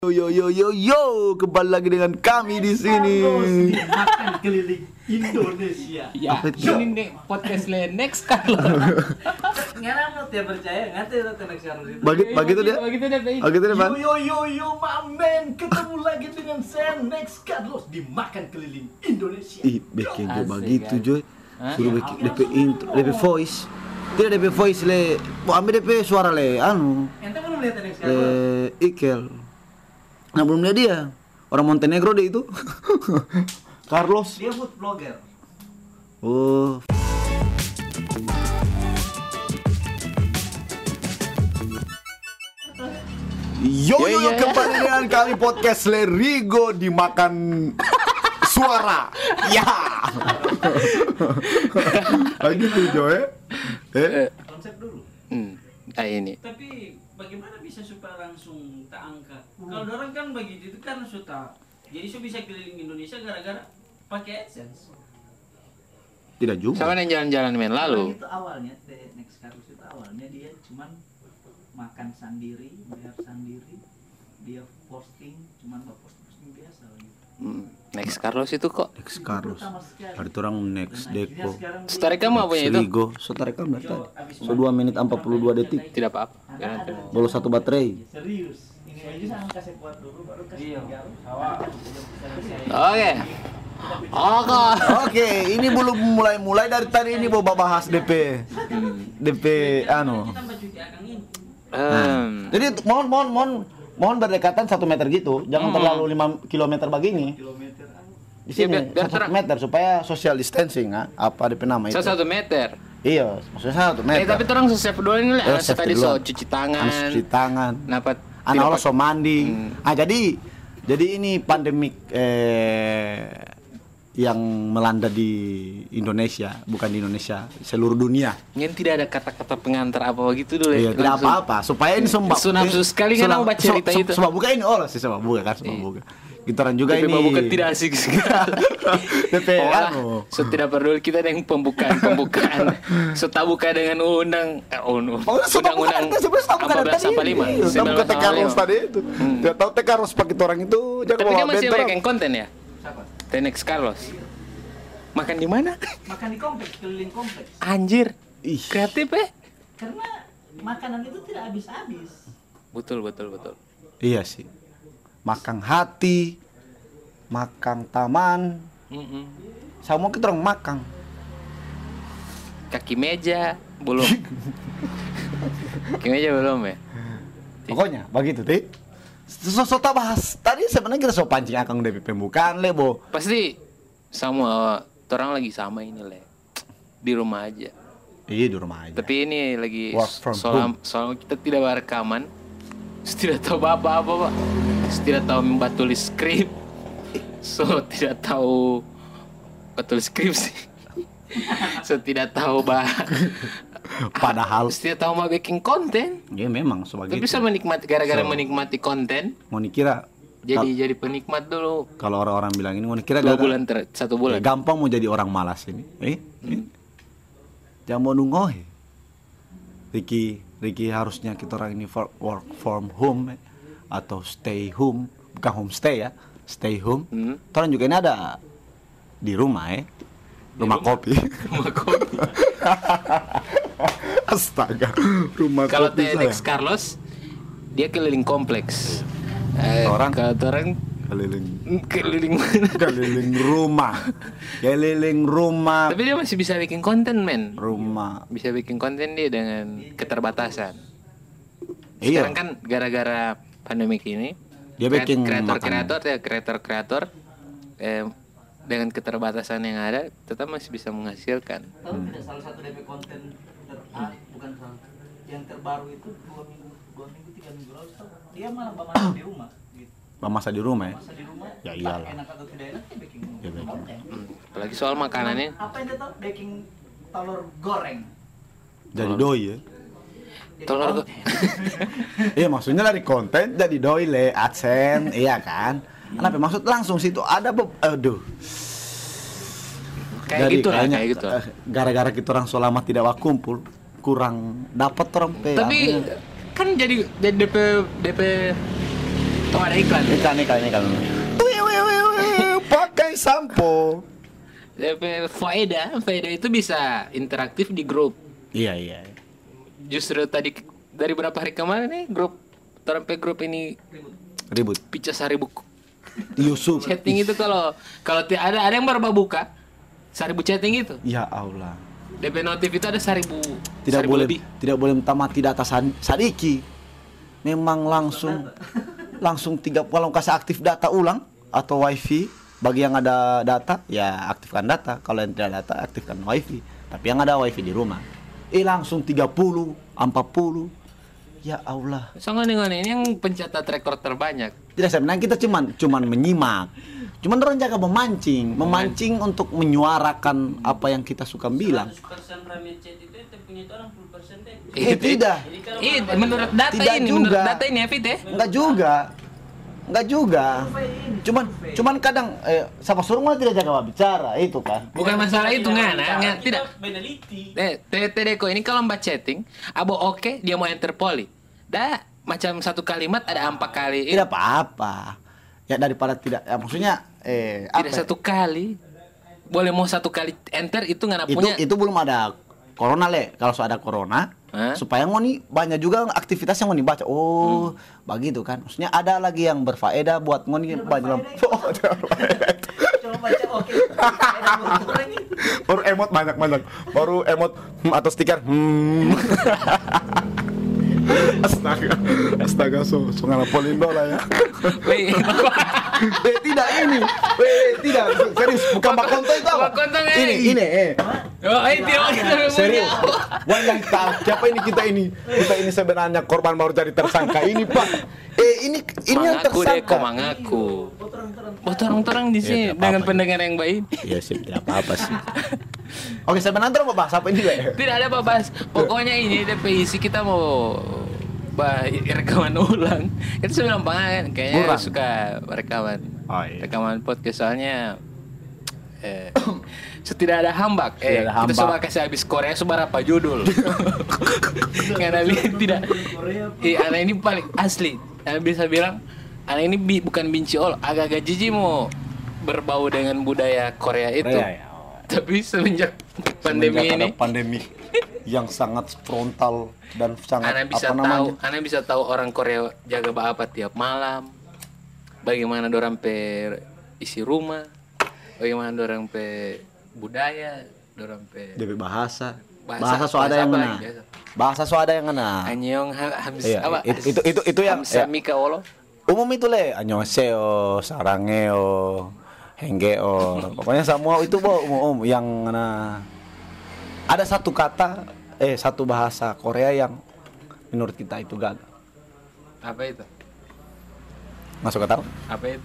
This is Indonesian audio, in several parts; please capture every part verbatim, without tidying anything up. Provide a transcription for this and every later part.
Yo yo yo yo yo, kembali lagi dengan kami di sini. Makan keliling Indonesia. Ya, ini nih podcast le next Carlos. Ngarang lo tiap percaya ngate lo next Carlos itu. Bagi bagi itu dia. Bagi itu dia. Bagi itu dia, Pan. Yo yo yo yo, mamen, ketemu lagi dengan saya next Carlos di Makan Keliling Indonesia. Ih, bikin Asik, begitu, kan? Joy. Suruh bikin D P intro, D P voice. Tidak D P voice le. Mau ambil D P suara le, anu. Ente belum lihat next Carlos? Le Ikel. Nah, belum lihat dia. Orang Montenegro deh itu. Carlos. Dia food blogger. Oh. Yo yo, yo kembali dengan kami podcast Lerigo dimakan suara. Ya. Lagi tuh Joy. Eh. Konsep dulu. Hmm, ah ini. Tapi bagaimana bisa supaya langsung tak angkat? Kalau orang kan begitu itu kan sudah. Jadi so bisa keliling Indonesia gara-gara pakai AdSense. Tidak juga. Sama yang jalan-jalan main lalu. Itu awalnya The Next Carlos itu awalnya dia cuman makan sendiri, bayar sendiri. Dia posting cuman nggak posting-posting biasa gitu. Hmm, next Carlos itu kok. Next Carlos. Ada orang next Deko. Starika mau punya itu? Ligo. Starika berapa? So dua menit empat puluh dua detik. Tidak apa-apa. Karena itu mau. Bolu satu baterai. Serius. Ini aja sama kasih kuat dulu baru kasih tiga. Oke. Oke. Oke, ini belum mulai-mulai dari tadi ini bawa bahas D P. D P anu. Kita baju di akang ini. Hmm. Jadi mohon mohon mohon mohon berdekatan satu meter gitu. Jangan Hmm. terlalu lima kilometer begini. Kilometer Di sini Iya, biar- biar satu terang. meter supaya social distancing, ah. Apa D P nama itu? Saya satu meter. Iya, maksudnya satu Eh meter. tapi orang sosial peduli ini Eh, lah. safety Tadi so duluan. cuci tangan. Harus cuci tangan. Kenapa? Anak tidak Allah pakai- so mandi. Hmm. Ah jadi jadi ini pandemik eh yang melanda di Indonesia, bukan di Indonesia, seluruh dunia. Ini tidak ada kata-kata pengantar apa begitu dulu. Iya, tidak Langsung. apa-apa. Supaya ini sembah. Sunapsu sekali kan aku baca cerita itu. Sebab buka ini oh sih sebab buka kan sebab Iya. buka. Kita orang juga D P ini. bukan tidak asik sekali. D P Oh, lah. anu. So tidak peduli kita dengan pembukaan pembukaan. So tak buka dengan undang eh, undang Oh, sudah bukan itu sebenarnya tak bukan dari tadi. lima. Sudah bukan T K Ros tadi itu. Tidak tahu T K Ros pakai orang itu jangan Tapi bawa kan masih bentor. banyak yang konten ya. siapa? The Next Carlos. Makan di mana? Makan di kompleks, keliling kompleks. Anjir. Ih. Kreatif ya? Karena makanan itu tidak habis-habis. Betul betul betul. Iya sih. Makan hati, makan taman, Mm-mm. sama kita orang makan. Kaki meja belum. Kaki meja belum ya? Pokoknya begitu teh. So, so, tak bahas. Tadi sebenarnya kita so pancing akang dari pembukaan lebo. Pasti sama orang lagi sama ini le. Di rumah aja. Iya di rumah aja. Tapi ini lagi Work from soal home. soal kita tidak berekaman, tidak tahu apa-apa pak, tidak tahu membuat tulis skrip, so tidak tahu membuat tulis skripsi, so tidak tahu bah, Padahal tidak tahu mau bikin konten, ya memang sebagai tapi bisa menikmati gara-gara So. menikmati konten, mau dikira jadi jadi penikmat dulu kalau orang-orang bilang ini mau dikira dua gagal. bulan ter satu Ya, bulan. gampang mau jadi orang malas ini. Eh? eh. Jangan mau nunggoh. Ricky, Ricky harusnya kita orang ini for, work from home eh, atau stay home, bukan homestay ya, stay home. Hmm. Orang juga ini ada di rumah eh, rumah, kopi. Rumah kopi. Astaga, rumah Kalau kopi The saya. Next Carlos, dia keliling kompleks. Eh, Orang- kalau orang Keliling, keliling mana? keliling rumah, keliling rumah, Tapi dia masih bisa bikin konten men. rumah. Bisa bikin konten dia dengan keterbatasan. Iya. Sekarang kan gara-gara pandemik ini, Dia bikin kreator-kreator ya kreator-kreator eh, dengan keterbatasan yang ada tetap masih bisa menghasilkan. Tahu tidak salah satu D P konten ter ah, bukan salah yang terbaru itu dua minggu dua minggu tiga minggu lalu tuh dia malah memasak di rumah gitu. Masa di rumah ya. Masa di rumah. Ya entah iyalah. enak atau tidak enak dia baking Ya, baking. konten. Hmm, Apalagi soal makanannya. Apa yang dia tahu baking telur goreng. Jadi doi ya. Jadi Telur go- konten. Iya maksudnya dari konten jadi doi le adsense iya kan. Kenapa maksud langsung situ ada be- aduh. Kayak Jadi gitu lah, kayaknya, kayak gitu. eh, gara-gara kita orang selama tidak kumpul kurang dapat orang pe. Tapi anu. kan jadi jadi D P D P Oh, ada iklan. Iklan, iklan, iklan. Wih, wih, wih, wih, pakai sampo. D P faedah, faedah itu bisa interaktif di grup. Iya, iya. Justru tadi dari berapa hari kemarin nih grup sampai grup ini Ribut. pecah seribu Yusuf. chatting itu kalau kalau ti- ada ada yang baru buka seribu chatting itu. Ya Allah. D P notif itu ada seribu. Tidak seribu boleh lebih. tidak boleh mati data Sad- Sadiki. Memang langsung langsung tiga kalau kasih aktif data ulang atau wifi bagi yang ada data ya aktifkan data, kalau yang tidak ada data aktifkan wifi. Tapi yang ada wifi di rumah eh langsung tiga puluh, empat puluh. Ya Allah. Songone-ngone ini yang pencatat rekor terbanyak. Tidak sebenarnya kita cuman cuman menyimak. Cuman orang jaga memancing, memancing untuk menyuarakan apa yang kita suka bilang. seratus persen rame chat itu yang punya itu orang sepuluh persen deh. Eh tidak. Jadi kalau Iya, orang menurut data Tidak ini, juga. menurut data ini ya Fit ya. Enggak juga. Enggak juga. Cuman cuman kadang eh sama suruh malah tidak jaga bicara itu kan. Bukan masalah itu ngana, nggak tidak. Beneliti. Eh, T Deko ini kalau mbak chatting, abo oke dia mau enter poli. Dah macam satu kalimat ada empat kali. Tidak apa-apa. Ya daripada tidak ya maksudnya eh Tidak apa ya? satu kali. Boleh mau satu kali enter itu nggak itu punya. itu belum ada corona le. Kalau sudah ada corona Hah? supaya ngoni banyak juga aktivitas yang ngoni baca. Oh, begitu kan. Maksudnya ada lagi yang berfaedah buat ngoni banyak. Oh, Coba baca oke. Ada motor ini. baru emot banyak banyak. Baru emot hmm, atau stiker hmm. Astaga, astaga, so, so ngalapolin dola ya. Wih, Eh tidak ini, eh tidak, serius, bukan Pak Konto itu apa? Pak Konto, eh. Ini, ini, eh, oh, itu kita serius. Wah yang tahu siapa ini kita ini, kita ini sebenarnya korban baru jadi tersangka ini Pak. Eh ini, ini yang Mengaku deh, tersangka. kok mengaku. Oh, terang-terang di sini Ya, tidak dengan apa-apa. pendengar yang baik. Iya sih, tidak apa-apa sih. Oke, sebenarnya mau bahas apa ini, Le? Tidak ada apa bahas. Pokoknya ini D P I C kita mau bah rekaman ulang. Itu saya bilang Bang, kayaknya Kurang. suka rekaman. Oh, iya. Rekaman podcast soalnya eh tidak ada hambak. Tidak Eh, ada kita hambak. coba kasih habis Korea seberapa judul. Karena lihat tidak. Eh, anak ini paling asli. Anak bisa bilang anak ini bi- bukan benci all, agak-agak jijik mau berbau dengan budaya Korea itu. Korea, ya. Tapi semenjak pandemi Semenjak ini ada pandemi yang sangat frontal dan sangat Ana bisa apa tahu, namanya? Ana bisa tahu orang Korea jaga apa tiap malam. Bagaimana dorang pe isi rumah, bagaimana dorang pe budaya, dorang pe D P bahasa. Bahasa- Bahasa, so ada bahasa yang apa ngena. lagi biasa? Bahasa so ada yang ngena. Anyong ha- habis Iya, apa? itu- itu- itu- itu yang- Hamsa ya. Mika Wolo. Umum itu le, annyeonghaseyo, sarangeo, henggeo. Pokoknya semua itu bo umum yang ngena. Ada satu kata eh satu bahasa Korea yang menurut kita itu gagal. Apa itu? Masuk ke tahu? Apa itu?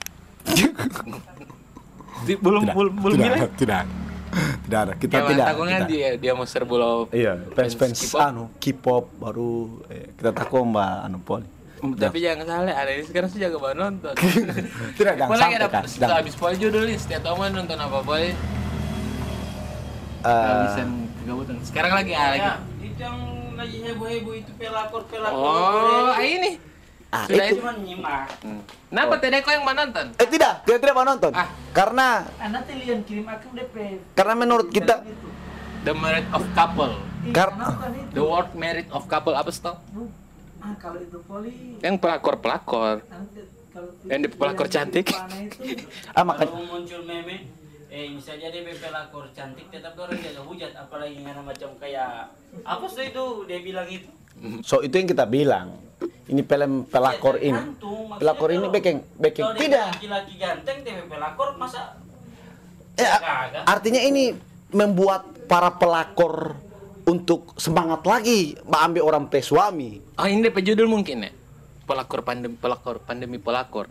Di- belum belum belum tidak, bilang. ada, tidak, ada. tidak ada. Kita Ya, tidak. takutnya kita- dia dia mau serbu lo. Iya, fans fans K-pop. anu K-pop baru eh, kita takut mbak anu poli. Tapi jangan salah, ada ini sekarang sih jaga banget nonton. Tidak, jangan Apalagi sampai ada kan. setelah habis poin judulnya setiap tahun nonton apa boy? Eh, Habisan kegabutan. Sekarang lagi ah, lagi. Ya, itu yang lagi heboh-heboh itu pelakor-pelakor. Oh, ah, ini. ah, Sudah itu. Cuma nyimak. Hmm. Kenapa Tedeko yang mau nonton? Eh tidak, kita tidak mau nonton. Ah. Karena Anak lian kirim akun D P. karena menurut kita The Merit of Couple. Kar- The Word Merit of Couple apa sih tau? Ah kalau itu poli. Yang pelakor-pelakor. nanti kalau Yang di pelakor cantik. ah makanya Kalau muncul meme, eh misalnya dia pelakor cantik tetap orang jaga hujat, apalagi ngana macam kayak apa sih itu dia bilang itu. so itu yang kita bilang. Ini film pelakor Ya, ini. tergantung. Maksudnya Pelakor ini kalau- baking baking kalau dia tidak. laki-laki ganteng dia pelakor masa Eh, ya, a- kagak. artinya ini membuat para pelakor untuk semangat lagi mengambil orang pe suami. Oh, ini D P judul mungkin ya? Pelakor pandemi pelakor pandemi pelakor.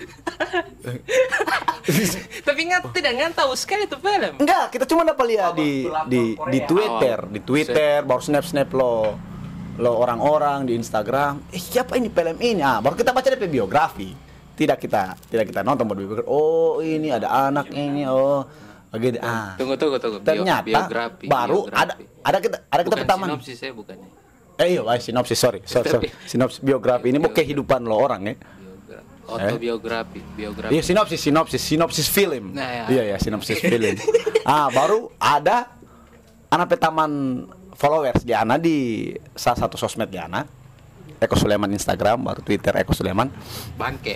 Tapi nggak tidak nggak tahu sekali itu film. Enggak, kita cuma dapat lihat di Pelakor di Korea. di Twitter, Oh, di Twitter baru snap-snap lo lo orang-orang di Instagram. Eh, siapa ini film ini? Ah, baru kita baca D P biografi. Tidak kita tidak kita nonton baru biografi. Oh, ini ada anak ini. Oh, begitu. Ah. Tunggu tunggu tunggu. Bio- Ternyata biografi, baru biografi. ada ada kita ada kita Bukan pertama. nih. sinopsis saya bukannya. Eh iya, eh, sinopsis sorry, sorry, sorry. Tapi- Sinopsis biografi ini mau kehidupan lo orang ya. Biografi. Autobiografi, biografi. Iya, sinopsis, sinopsis, sinopsis film. Nah, ya. Iya, ya, sinopsis film. Ah, baru ada anak petaman followers di Ana di salah satu sosmed di Ana. Eko Sulaiman Instagram, baru Twitter Eko Sulaiman. Bangke.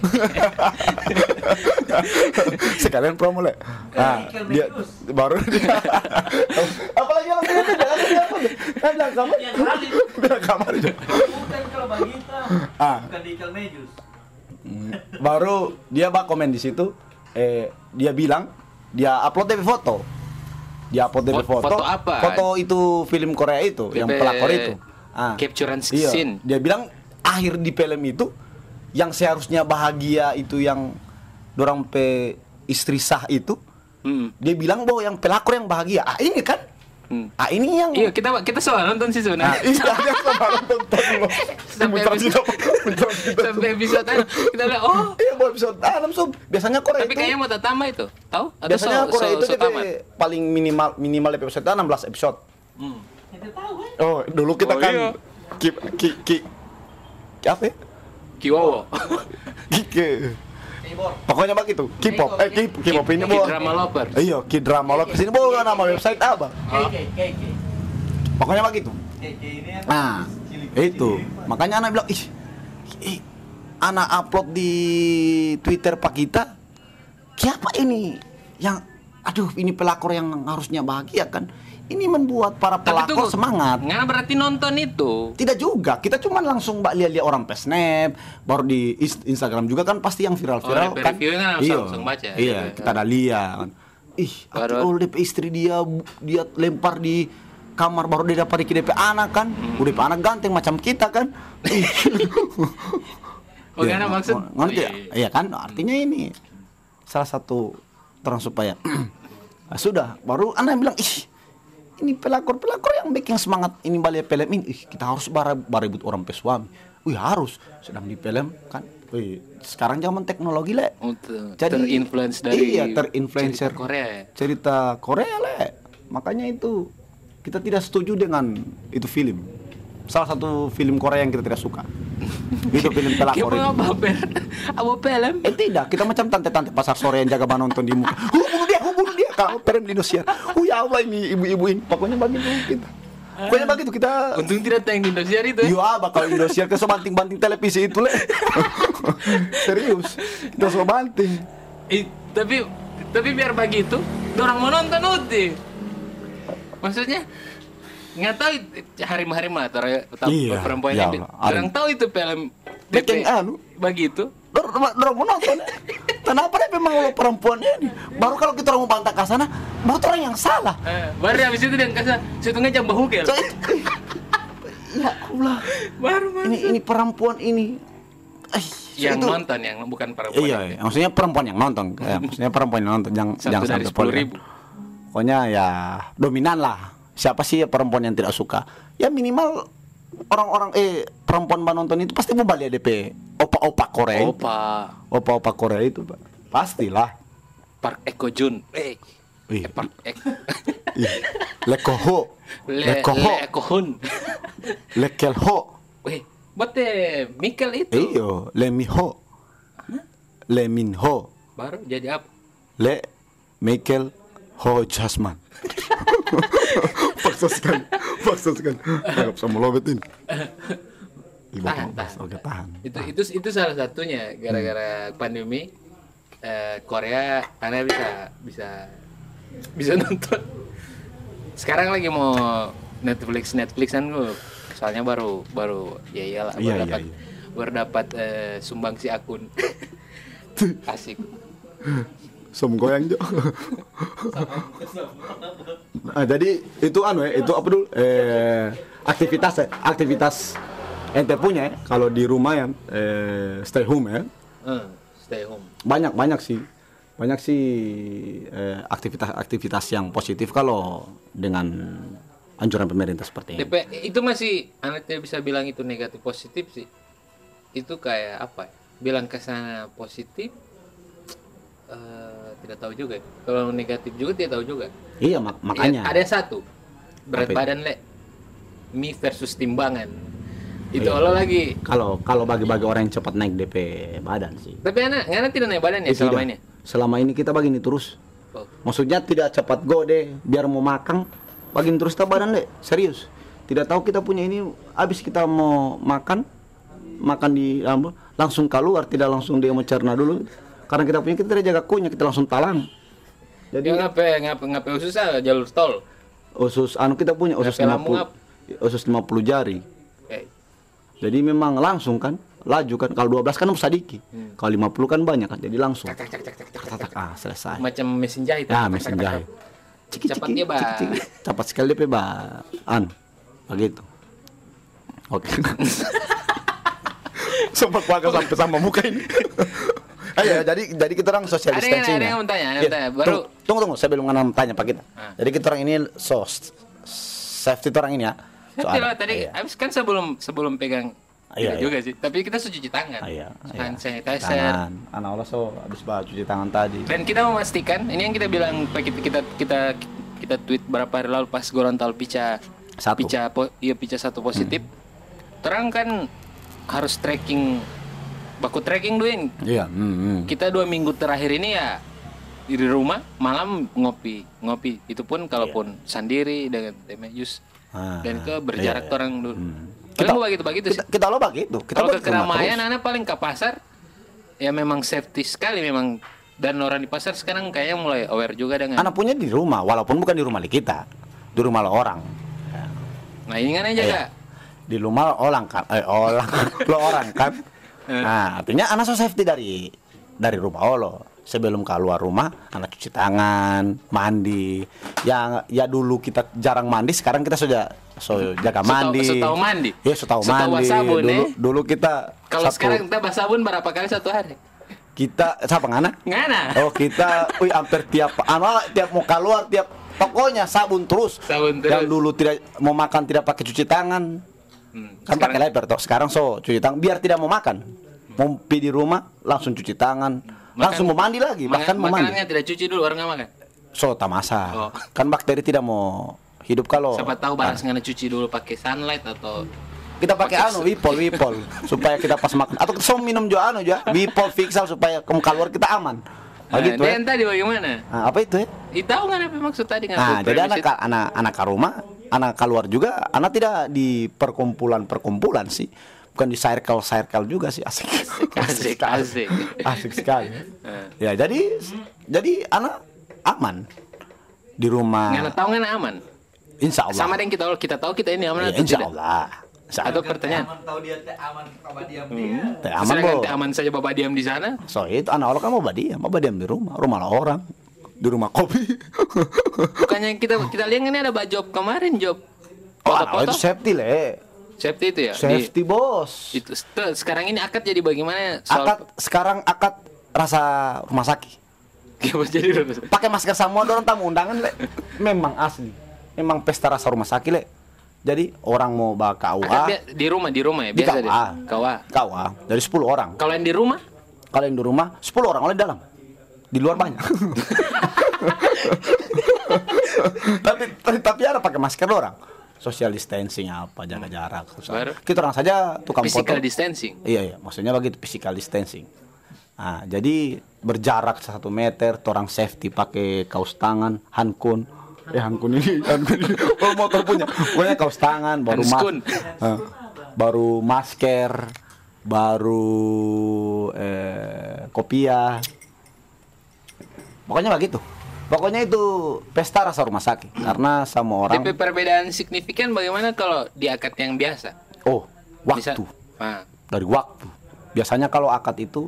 Sekalian promo le. Ah, dia baru dia. Apalagi yang dia kan bilang kamar. Yang kali Bilang kamar aja. bukan kalau Bagita. Ah. Bukan di Ikel Mejus. Baru dia bak komen di situ, eh dia bilang dia upload D P foto. Dia upload D P Foto- foto. foto apa? Foto itu film Korea itu, yang D P pelakor itu. Ah. Capturean Iya. scene. Dia bilang akhir di film itu yang seharusnya bahagia itu yang dorang pe istri sah itu, Hmm. dia bilang bahwa yang pelakor yang bahagia. Ah ini kan? Hmm. Ah ini yang Iya, kita kita soal nonton sih Ah, sebenarnya. iya, dia sama nonton dulu. Sampai Muncul episode- kita- muncul kita- Sampai episode anu, kita bilang, "Oh, Iya, mau episode enam sob. Biasanya Korea tapi itu. kayaknya mau tatama itu." Tahu? Atau Biasanya so, Korea so, itu so D P tamat? paling minimal minimal episode enam belas episode. Kita tahu eh. Oh, dulu kita Oh, kan iya. ki ki ki ki apa ya? Kiwowo. Ki ke pokoknya begitu. K-pop, eh K- K-pop ini Ki bawa. drama lover. Iya, Ki drama lo kesini bawa nama website apa? K K K K. Pokoknya begitu. K K ini kan Nah, cilik-cilik. itu. Makanya anak bilang, ih, ih, anak upload di Twitter Pak kita. Siapa ini? Yang, aduh, ini pelakor yang harusnya bahagia kan? Ini membuat para Tapi pelakor tuh semangat. Nggak berarti nonton itu. Tidak juga, kita cuma langsung mbak lihat-lihat orang pe snap, baru di is- Instagram juga kan pasti yang viral-viral Oh, D P kan. review kan langsung- langsung baca. Iya, Iya, kita ada lihat kan. Ih, Baru- baru D P istri dia dia lempar di kamar baru dia dapat di D P anak kan. Hmm. Udah D P anak ganteng macam kita kan. Ih. Oh, Iya, karena maksud ngerti ya? oh, iya. Iya kan, artinya ini salah satu terang supaya nah, sudah baru anak bilang ih ini pelakor-pelakor yang bikin semangat ini balik film ini. Ih, kita harus bara baribut orang pe suami. Wih harus sedang di film kan. Wih, sekarang zaman teknologi le. Untuk Jadi terinfluence dari iya, terinfluencer cerita Korea ya? Cerita Korea le. Makanya itu kita tidak setuju dengan itu film. Salah satu film Korea yang kita tidak suka. Itu film pelakor Kayak itu. apa ber? Apa film? Eh tidak, kita macam tante-tante pasar sore yang jaga nonton di muka. Huh, bunuh dia, huh, bunuh dia. Kalau film di Indosiar. Oh ya Allah ini ibu-ibu ini. Pokoknya begitu kita. Pokoknya begitu kita. Untung tidak tayang di Indosiar itu. Iya, bakal Indosiar ke so banting-banting televisi itu le. Serius. Kita so banting. Eh, tapi tapi biar begitu, orang mau nonton uti. Maksudnya nggak tahu hari-hari mah atau Iya, perempuan ya yang Allah. orang tahu itu film Bikin anu. begitu. Dorang dorang mau nonton. Kenapa deh memang lo perempuannya ini? Baru kalau kita orang mau bantah ke sana, baru orang yang salah. Eh, baru habis itu dia kasih setengah jam bahugel. So, ya Allah. Baru Ini ini perempuan ini. Eh, yang itu- nonton yang bukan perempuan. Iya, iya, maksudnya perempuan yang nonton, ya, maksudnya perempuan yang nonton, jangan Satu jangan dari sampai sepuluh poin. ribu. Pokoknya ya dominan lah. Siapa sih perempuan yang tidak suka? Ya minimal orang-orang eh perempuan yang nonton itu pasti mau balik D P opa-opa Korea. itu. Opa Opa-opa Korea itu, Pak. Pastilah. Park Eko Jun. Eh, Ih, eh, Park Ek ih. Lekoho. Le, Lekoho. Le Eko Hun. Lekelho. Weh, buat eh Mikel itu. Iyo, Lemiho. Leminho. Baru jadi apa? Le Michael Ho Jasman. Paksa sekali, paksa sekali. Anggap sama lobet ini. Ibu Tahan, tahan, tahan. oke tahan. Itu itu itu salah satunya gara-gara pandemi eh, Korea karena bisa bisa bisa nonton. Sekarang lagi mau Netflix Netflixan gue. Soalnya baru baru ya iyalah baru Iya, iya, dapat iya. baru dapat eh, sumbangsi akun. Asik. Som goyang jo. Nah, jadi itu anu ya, itu apa dulu? Eh, aktivitas ya, aktivitas ente punya ya. Kalau di rumah ya, eh, stay home ya. Eh, stay home. Banyak banyak sih, banyak sih eh, aktivitas-aktivitas yang positif kalau dengan anjuran pemerintah seperti ini. D P itu masih anak tidak bisa bilang itu negatif positif sih. Itu kayak apa ya? Bilang ke sana positif eh, tidak tahu juga. Kalau negatif juga tidak tahu juga. Iya mak- makanya. Ya, ada satu berat Apa itu? badan le mie versus timbangan. Itu Iya. Allah lagi. Kalau kalau bagi-bagi orang yang cepat naik D P badan sih. Tapi anak, anak tidak naik badan ya Eh, selama tidak. ini. Selama ini kita begini terus. Oh. Maksudnya tidak cepat go deh, biar mau makan, begini terus kita badan deh, serius. Tidak tahu kita punya ini, habis kita mau makan, makan di lampu, langsung keluar, tidak langsung dia mau cerna dulu. Karena kita punya, kita tidak jaga kunyah, kita langsung talang. Jadi Ya ngapain ngapain ngapain susah jalur tol. usus anu kita punya usus Ngapain lima lambung puluh, usus lima puluh jari. Kayak Jadi memang langsung kan, laju kan. Kalau dua belas kan sedikit, Hmm. kalau lima puluh kan banyak kan, jadi langsung. cak cak cak cak cak. Tak, ah selesai. Macam mesin jahit. Ya Tak, tak, mesin tak, tak, jahit. tak. Ciki, Cepat ciki, dia, Bah. ciki, ciki. Cepat sekali dia ba. An. Begitu. Oke. Sempat pakai sampai sama muka ini. Ayo, jadi jadi kita orang social Ada yang- distancing. ada ya. yang mau tanya, ada yang Iya. tanya. Baru- Tunggu, tunggu, tunggu. Saya belum ngana tanya Pak kita. Ah. Jadi kita orang ini so safety itu orang ini ya. So, Tidak, ada. tadi Iya. habis kan sebelum sebelum pegang Iya, tidak iya. juga sih. Tapi kita sudah cuci tangan. Ah, iya, Hand iya. sanitizer. Tangan. Anak Allah so habis bah cuci tangan tadi. Dan kita memastikan ini yang kita bilang kita kita kita, kita tweet berapa hari lalu pas Gorontalo pica Satu. pica po, iya pica satu positif. Terang kan harus tracking baku tracking duin. Iya, hmm, hmm. Kita dua minggu terakhir ini ya di rumah malam ngopi ngopi itu pun kalaupun sendiri dengan temejus Ah, dan ke berjarak iya, iya. orang dulu. Hmm. Kita Kita- mau begitu begitu sih. Kita, kita lo begitu. Kita Kalau ke begitu rumah keramaian terus. anak paling ke pasar ya memang safety sekali memang, dan orang di pasar sekarang kayaknya mulai aware juga dengan. Anak punya di rumah, walaupun bukan di rumah kita, di rumah lo orang. Nah ini kan aja Iya. Kak. Di rumah orang kan, eh orang, lo orang kan. Nah, artinya anak so safety dari dari rumah lo. Sebelum keluar rumah, anak cuci tangan, mandi. Ya, ya dulu kita jarang mandi, sekarang kita sudah so jaga So tahu- mandi. so tahu mandi. Iya, so tahu So tahu mandi. sabun, dulu, eh. dulu kita Kalau satu- sekarang kita bahas sabun berapa kali satu hari? kita siapa ngana? Ngana. Oh kita, wih hampir tiap, anu tiap mau keluar tiap, pokoknya sabun terus. Sabun terus. Yang dulu tidak mau makan tidak pakai cuci tangan, Hmm, kan sekarang- pakai leper toh. Sekarang so cuci tangan, biar tidak mau makan, mau pi di rumah langsung cuci tangan, Makan- langsung mau mandi lagi, Makan- bahkan mau mandi. makanannya tidak cuci dulu orang nggak makan. So tamasa, Oh. kan bakteri tidak mau hidup kalau. Siapa tahu barang Ah, sengaja cuci dulu pakai sunlight atau kita pakai pakai anu wipol wipol supaya kita pas makan, atau kita so minum juga anu juga wipol fixal supaya kamu keluar kita aman. Nah, Begitu ya. dan tadi bagaimana? Nah, apa itu ya? Ih, tahu nggak apa maksud tadi nggak? Nah, Food jadi anak premises? anak anak ke rumah, anak keluar juga, anak tidak di perkumpulan-perkumpulan sih. Bukan di circle-circle juga sih, asik. Asik, sekali. asik. Asik sekali. Eh. Ya, jadi jadi anak aman di rumah. Nggak tahu nggak aman. Insya Allah. Sama dengan kita kita tahu kita ini aman Ya, atau insya tidak. Allah. Insya Atau Allah. pertanyaan. Aman tahu dia teh aman kabar diam Hmm. dia. Teh aman, Sedangkan Bo. teh aman saja bapak diam di sana. So itu anak Allah kan mau badiam, mau badiam di rumah, rumah lah orang, di rumah kopi. Bukannya kita kita lihat ini ada job kemarin job Oh, anak Allah foto-foto itu safety le, safety itu ya. Di- safety bos. itu tuh, sekarang ini akad jadi bagaimana soal Akad sekarang akad rasa rumah sakit. Gimana jadi Pakai masker semua, orang tamu undangan le. Memang asli, memang pesta rasa rumah sakit le. Jadi orang mau bawa K U A, akad bia- di rumah di rumah ya Di biasa K U A. deh. K U A. K U A dari sepuluh orang. Kalau yang di rumah Kalau yang di rumah sepuluh orang oleh di dalam, di luar banyak. tapi, tapi tapi ada pakai masker orang. Social distancing apa, jaga jarak. Baru? Kita orang saja tukang physical foto. distancing. Iya, iya, maksudnya begitu physical distancing. Nah, jadi berjarak satu meter, orang safety pakai kaos tangan, handkun. Eh, handkun ini, handkun ini. Oh, motor punya. Punya kaos tangan, baru mas, Handskun. eh, baru masker, baru eh, kopiah. Pokoknya begitu. Pokoknya itu pesta rasa rumah sakit karena sama orang. Tapi perbedaan signifikan bagaimana kalau di akad yang biasa? Oh, Bisa- waktu. Ah, Dari waktu. Biasanya kalau akad itu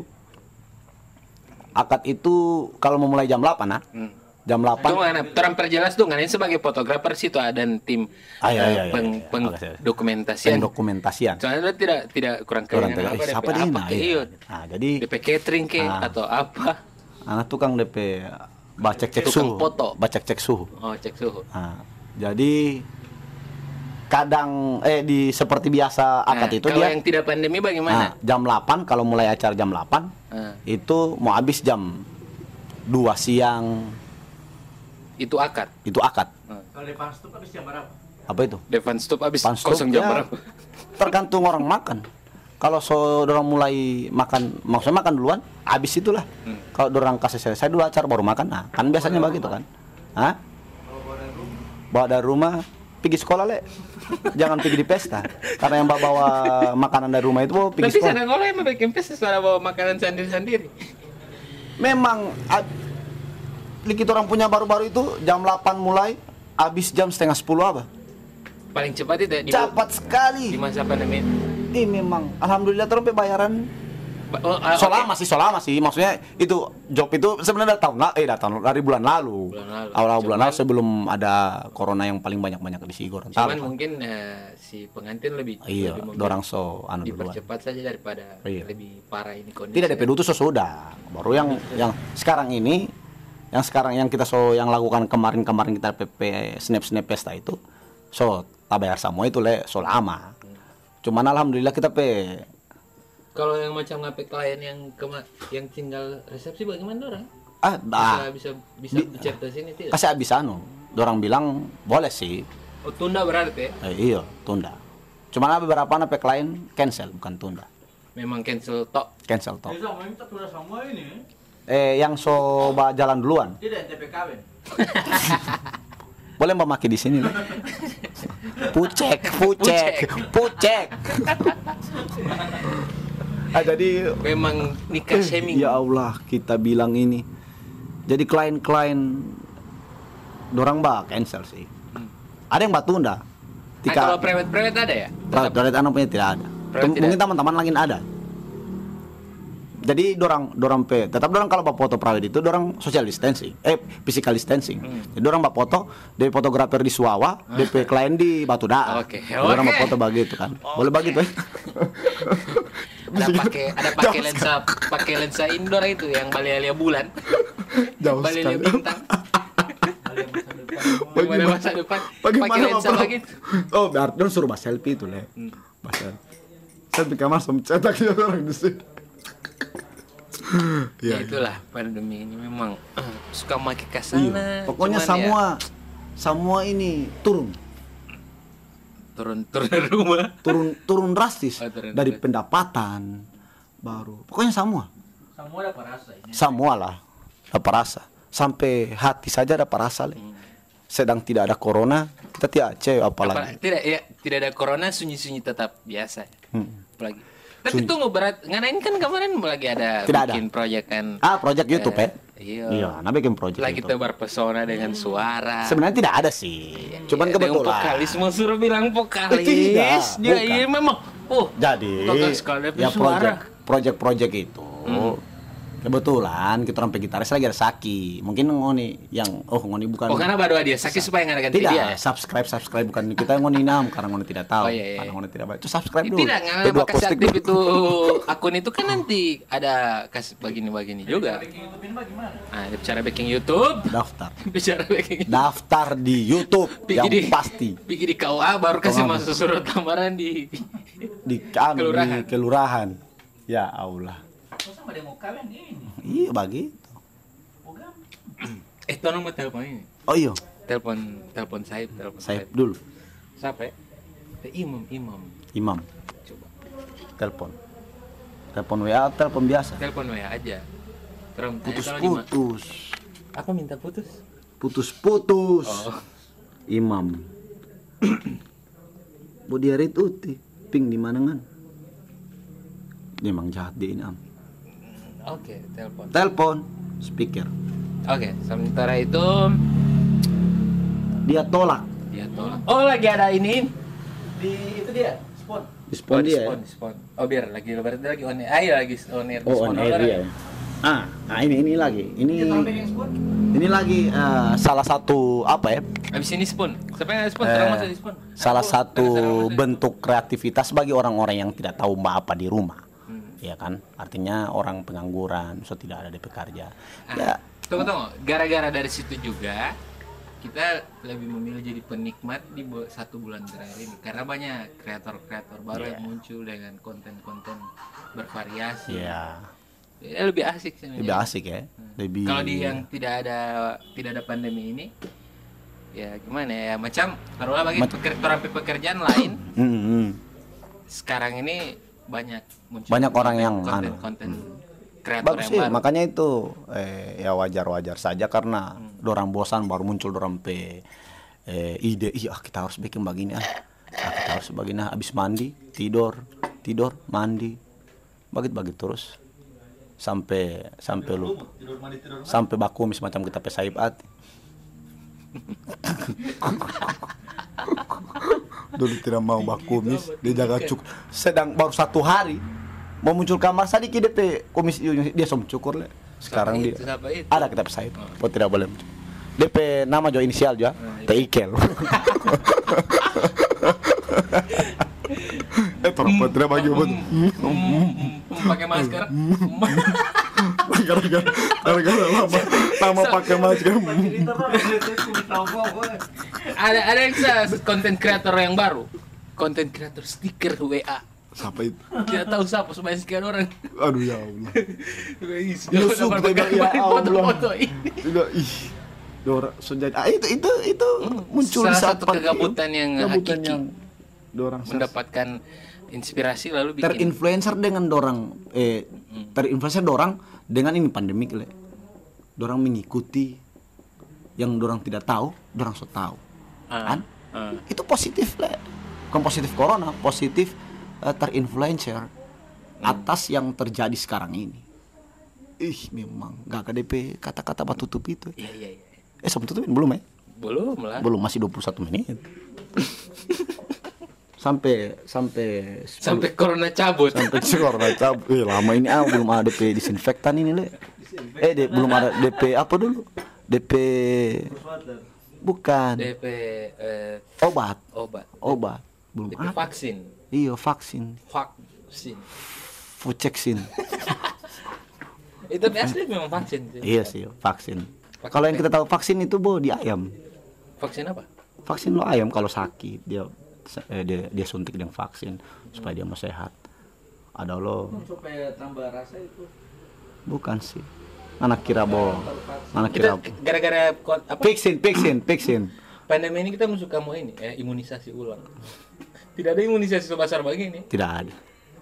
akad itu kalau memulai jam delapan nah. hmm. Jam Tuh delapan. mana? Terang perjelas tuh kan ini sebagai fotografer situ ada tim Ah, iya, eh, iya, iya, peng, iya. peng- Oke, siap. dokumentasian. Dokumentasian. Soalnya dia tidak tidak kurang Orang keren tanya, apa, "Eh, siapa D P dia? apa Nah, ke iya. iyo. Nah, jadi D P catering ke Ah. atau apa? anak tukang D P baca cek Tukang suhu. foto. Baca cek suhu. Oh, cek suhu. Nah, jadi kadang eh di seperti biasa akad Nah, itu kalau dia yang tidak pandemi nah, bagaimana? jam delapan kalau mulai acara jam delapan Ah, itu mau habis jam dua siang itu akad. itu akad. Kalau di Panas itu habis jam berapa? Apa itu? Depan stop habis Depan stop, kosong jam ya. berapa? Tergantung orang makan. Kalau so dorang mulai makan, maksudnya makan duluan, habis itulah. Hmm. Kalau dorang kasih selesai dulu acara baru makan, nah kan biasanya begitu kan. Hah? Bawa dari rumah, pergi sekolah le. Jangan pergi di pesta. Karena yang bawa makanan dari rumah itu oh, pergi Tapi sekolah. sana kalau yang bikin pesta suara bawa makanan sendiri-sendiri. Memang ab- kita orang punya baru-baru itu jam delapan mulai, habis jam setengah sepuluh apa? Paling cepat itu ya, di, Cepat sekali. di masa pandemi. Ini memang, alhamdulillah terus bayaran. Oh, ah, Solama oke. sih, solama sih. Maksudnya itu job itu sebenarnya tahun la- eh datang dari bulan lalu. Bulan lalu. Awal bulan Cuman- lalu sebelum ada corona yang paling banyak-banyak di Sigor. Cuman mungkin eh, si pengantin lebih iya, lebih memilih dorang so anu duluan. dipercepat saja daripada Iya. lebih parah ini kondisi. Tidak D P dulu tuh so sudah. Baru yang yang sekarang ini yang sekarang yang kita so yang lakukan kemarin-kemarin kita P P snap-snap pesta itu so tak bayar semua itu le so lama. Cuman alhamdulillah kita pe Kalau yang macam ngapain klien yang kema- yang tinggal resepsi bagaimana orang? ah Bisa dah bisa bisa Di- bicara ke sini tidak? kasih abis anu. Dorang bilang boleh sih. Oh, tunda berarti ya? Eh, iya, tunda. Cuman ada beberapa anak klien cancel bukan tunda. Memang cancel tok. Cancel toh. Jadi sama ini tak sudah sama ini. Eh yang so ba jalan duluan. Tidak T P K W. Boleh mbak maki di sini. Le. Pucek, pucek, pucek. Ah jadi Memang nikah shaming. ya Allah kita bilang ini. Jadi klien-klien dorang mbak cancel sih. Ada yang mbak tunda. Ah, kalau private-private ada ya? Dari anak punya tidak ada. Private Tem- tidak Mungkin teman-teman lagi ada. Jadi dorang dorang pe tetap dorang kalau bawa foto private itu dorang social distancing, eh physical distancing. Hmm. Jadi dorang bawa foto, dari fotografer di Suawa, D P klien di Batu Daa. Oke, Jadi Dorang oke. bawa foto begitu kan. Boleh begitu ya? Ada pakai ada pakai lensa pakai lensa indoor itu yang balia-balia bulan. Jauh Balia-balia sekali. bintang. Bagaimana masa depan? Pakai lensa Bapak? begitu. Oh, berarti dorang suruh bahas selfie itu, Le. Hmm. Bahas selfie. Selfie kamar sama cetak orang di sini. Ya, Iya. itulah pandemi ini memang suka makin Iya. kesana. Pokoknya cuman semua ya, semua ini turun. turun turun dari rumah. turun turun drastis Oh, turun dari drastis. pendapatan baru pokoknya semua Semua dapat rasa ini. semua lah dapat rasa sampai hati saja dapat rasa Le. Sedang tidak ada corona kita tidak cewek Apa, apalagi tidak ya tidak ada corona sunyi-sunyi tetap biasa. Hmm. Apalagi. Tapi Sunyi. tunggu berat nganain kan kemarin lagi ada Tidak ada. bikin proyek kan. ah project YouTube Eh, ya Iya. iya nah bikin project Lagi YouTube. kita berpesona dengan suara. Sebenarnya tidak ada sih cuman Ya, dengan kebetulan vokalis mau suruh bilang vokalis. Tidak, Dia bukan. iya memang. Oh. jadi Bagus sekali ya suara. project project project itu Hmm. kebetulan kita orang gitaris lagi ada Saki mungkin ngoni yang oh ngoni bukan Oh karena baru dia sakit supaya nggak ada ganti tidak dia. ya? subscribe subscribe bukan kita ngoni nam karena ngoni tidak tahu Oh, iya, iya. karena ngoni tidak baik itu subscribe dulu Tidak, nggak Kedua bakal posting aktif dulu. itu akun itu kan nanti ada kasih begini-begini juga. Bikin YouTube ini bagaimana? Nah, bicara backing YouTube, daftar bicara backing daftar di YouTube Pergi yang di- pasti Pergi di K U A baru kasih K U A. masuk surat lamaran di di kan Kelurahan. di kelurahan ya Allah Kok sama dia mau kawin ini? iya begitu Oh gam. Eh, tolong mau telepon ini. oh iya Telepon telepon Saib, telepon saya dulu Siapa ya? Eh, Imam, Imam. Imam Coba. telepon telepon W A telepon biasa Telepon W A aja. Terus putus kalau di ma- putus Apa minta putus? putus putus Oh. Imam bodi hari itu ti ping di mana kan dia emang jahat dia ini am Oke, telepon. telepon speaker Oke, sementara itu dia tolak dia tolak. Oh, lagi ada ini. Di itu dia, spon. respon Oh, dia dispon, dispon. Oh, biar lagi berarti lagi on air. Ah, iya, lagi on air. oh Dispon on air orang. dia ah nah ini ini lagi ini Dia tahu bikin spon. ini lagi eh, salah satu apa ya Habis ini spon. Siapa yang ada spon? Eh, Terang masuk di spon. salah Aku, satu terang masuk. bentuk kreativitas bagi orang-orang yang tidak tahu mbak apa di rumah Hmm. ya kan artinya orang pengangguran so tidak ada D P kerja Ah, ya Tunggu tunggu. Gara-gara dari situ juga kita lebih memilih jadi penikmat di bu- satu bulan terakhir ini karena banyak kreator-kreator baru Iya. yang muncul dengan konten-konten bervariasi. ya Ya, lebih asik sih. lebih asik ya lebih Kalau di yang tidak ada tidak ada pandemi ini ya gimana ya, macam taruhlah bagi Mac- peker- orang pekerjaan lain Hmm, hmm. sekarang ini banyak muncul Banyak orang yang konten, anu. konten kreator Bagus yang sih, baru. makanya itu eh, ya wajar-wajar saja karena dorang bosan baru muncul dorang pe eh, ide, iya kita harus bikin begini ah. Ah, kita harus begini ah. Habis mandi, tidur, tidur, mandi. Bagit-bagit terus. Sampai sampai lupa. Sampai bakumis macam kita pe Saib Ati. Dulu tidak mau bakumis, dia jaga cukur. Sedang baru satu hari mau muncul kamar sedikit D P kumis dia som cukur le. Sekarang Siapa dia itu, siapa itu? ada kita pe Saib. Oh, tidak boleh muncul. D P nama jo inisial jo, T I K L. Eh, terus tidak bagi buat. Pakai masker. Gara-gara gara-gara lama lama pakai masker. ada ada yang sa- konten kreator yang baru, konten kreator stiker W A. Siapa itu? Tidak tahu siapa, sebanyak sekian orang. Aduh ya Allah. Guys, Yusuf dapat tidak, ya gambar Allah. foto-foto ini. Sudah ih. Dora sudah ah, itu itu itu muncul Salah di saat satu pagi- kegabutan yang kegabutan hakiki. yang dorang ses- Mendapatkan inspirasi lalu bikin. terinfluencer dengan dorang eh terinfluencer dorang dengan ini pandemik le. Dorang mengikuti yang dorang tidak tahu, dorang so tahu. Ah, Kan? ah. Itu positif le. Bukan positif corona, positif eh, terinfluencer atas yang terjadi sekarang ini. Ih, memang gak ke D P kata-kata batu tutup itu. Iya iya iya. Eh, sebelum tutupin belum ya? Belum lah. Belum, masih dua puluh satu menit. sampai sampai sepuluh Sampai corona cabut. sampai skor cabut. Eh, lama ini ah belum ada D P disinfektan ini le. Eh, D- belum ada D P apa dulu? D P bukan D P eh, obat. obat. Obat. Belum D P ada. vaksin. Iya, vaksin. Vaksin. Vaksin. Itu asli memang vaksin. sih. Iya sih, vaksin. Vaksin. Kalau yang kita tahu vaksin itu bo di ayam. Vaksin apa? Vaksin lo ayam kalau sakit dia eh, dia, dia suntik dengan vaksin supaya dia mau sehat. Ada lo Supaya tambah rasa itu. bukan sih. Anak kira bo. Anak Kita kira gara-gara kon- apa? vaksin, vaksin, vaksin. Pandemi ini kita suka mau ini, eh, imunisasi ulang. Tidak ada imunisasi sebesar begini. Tidak ada.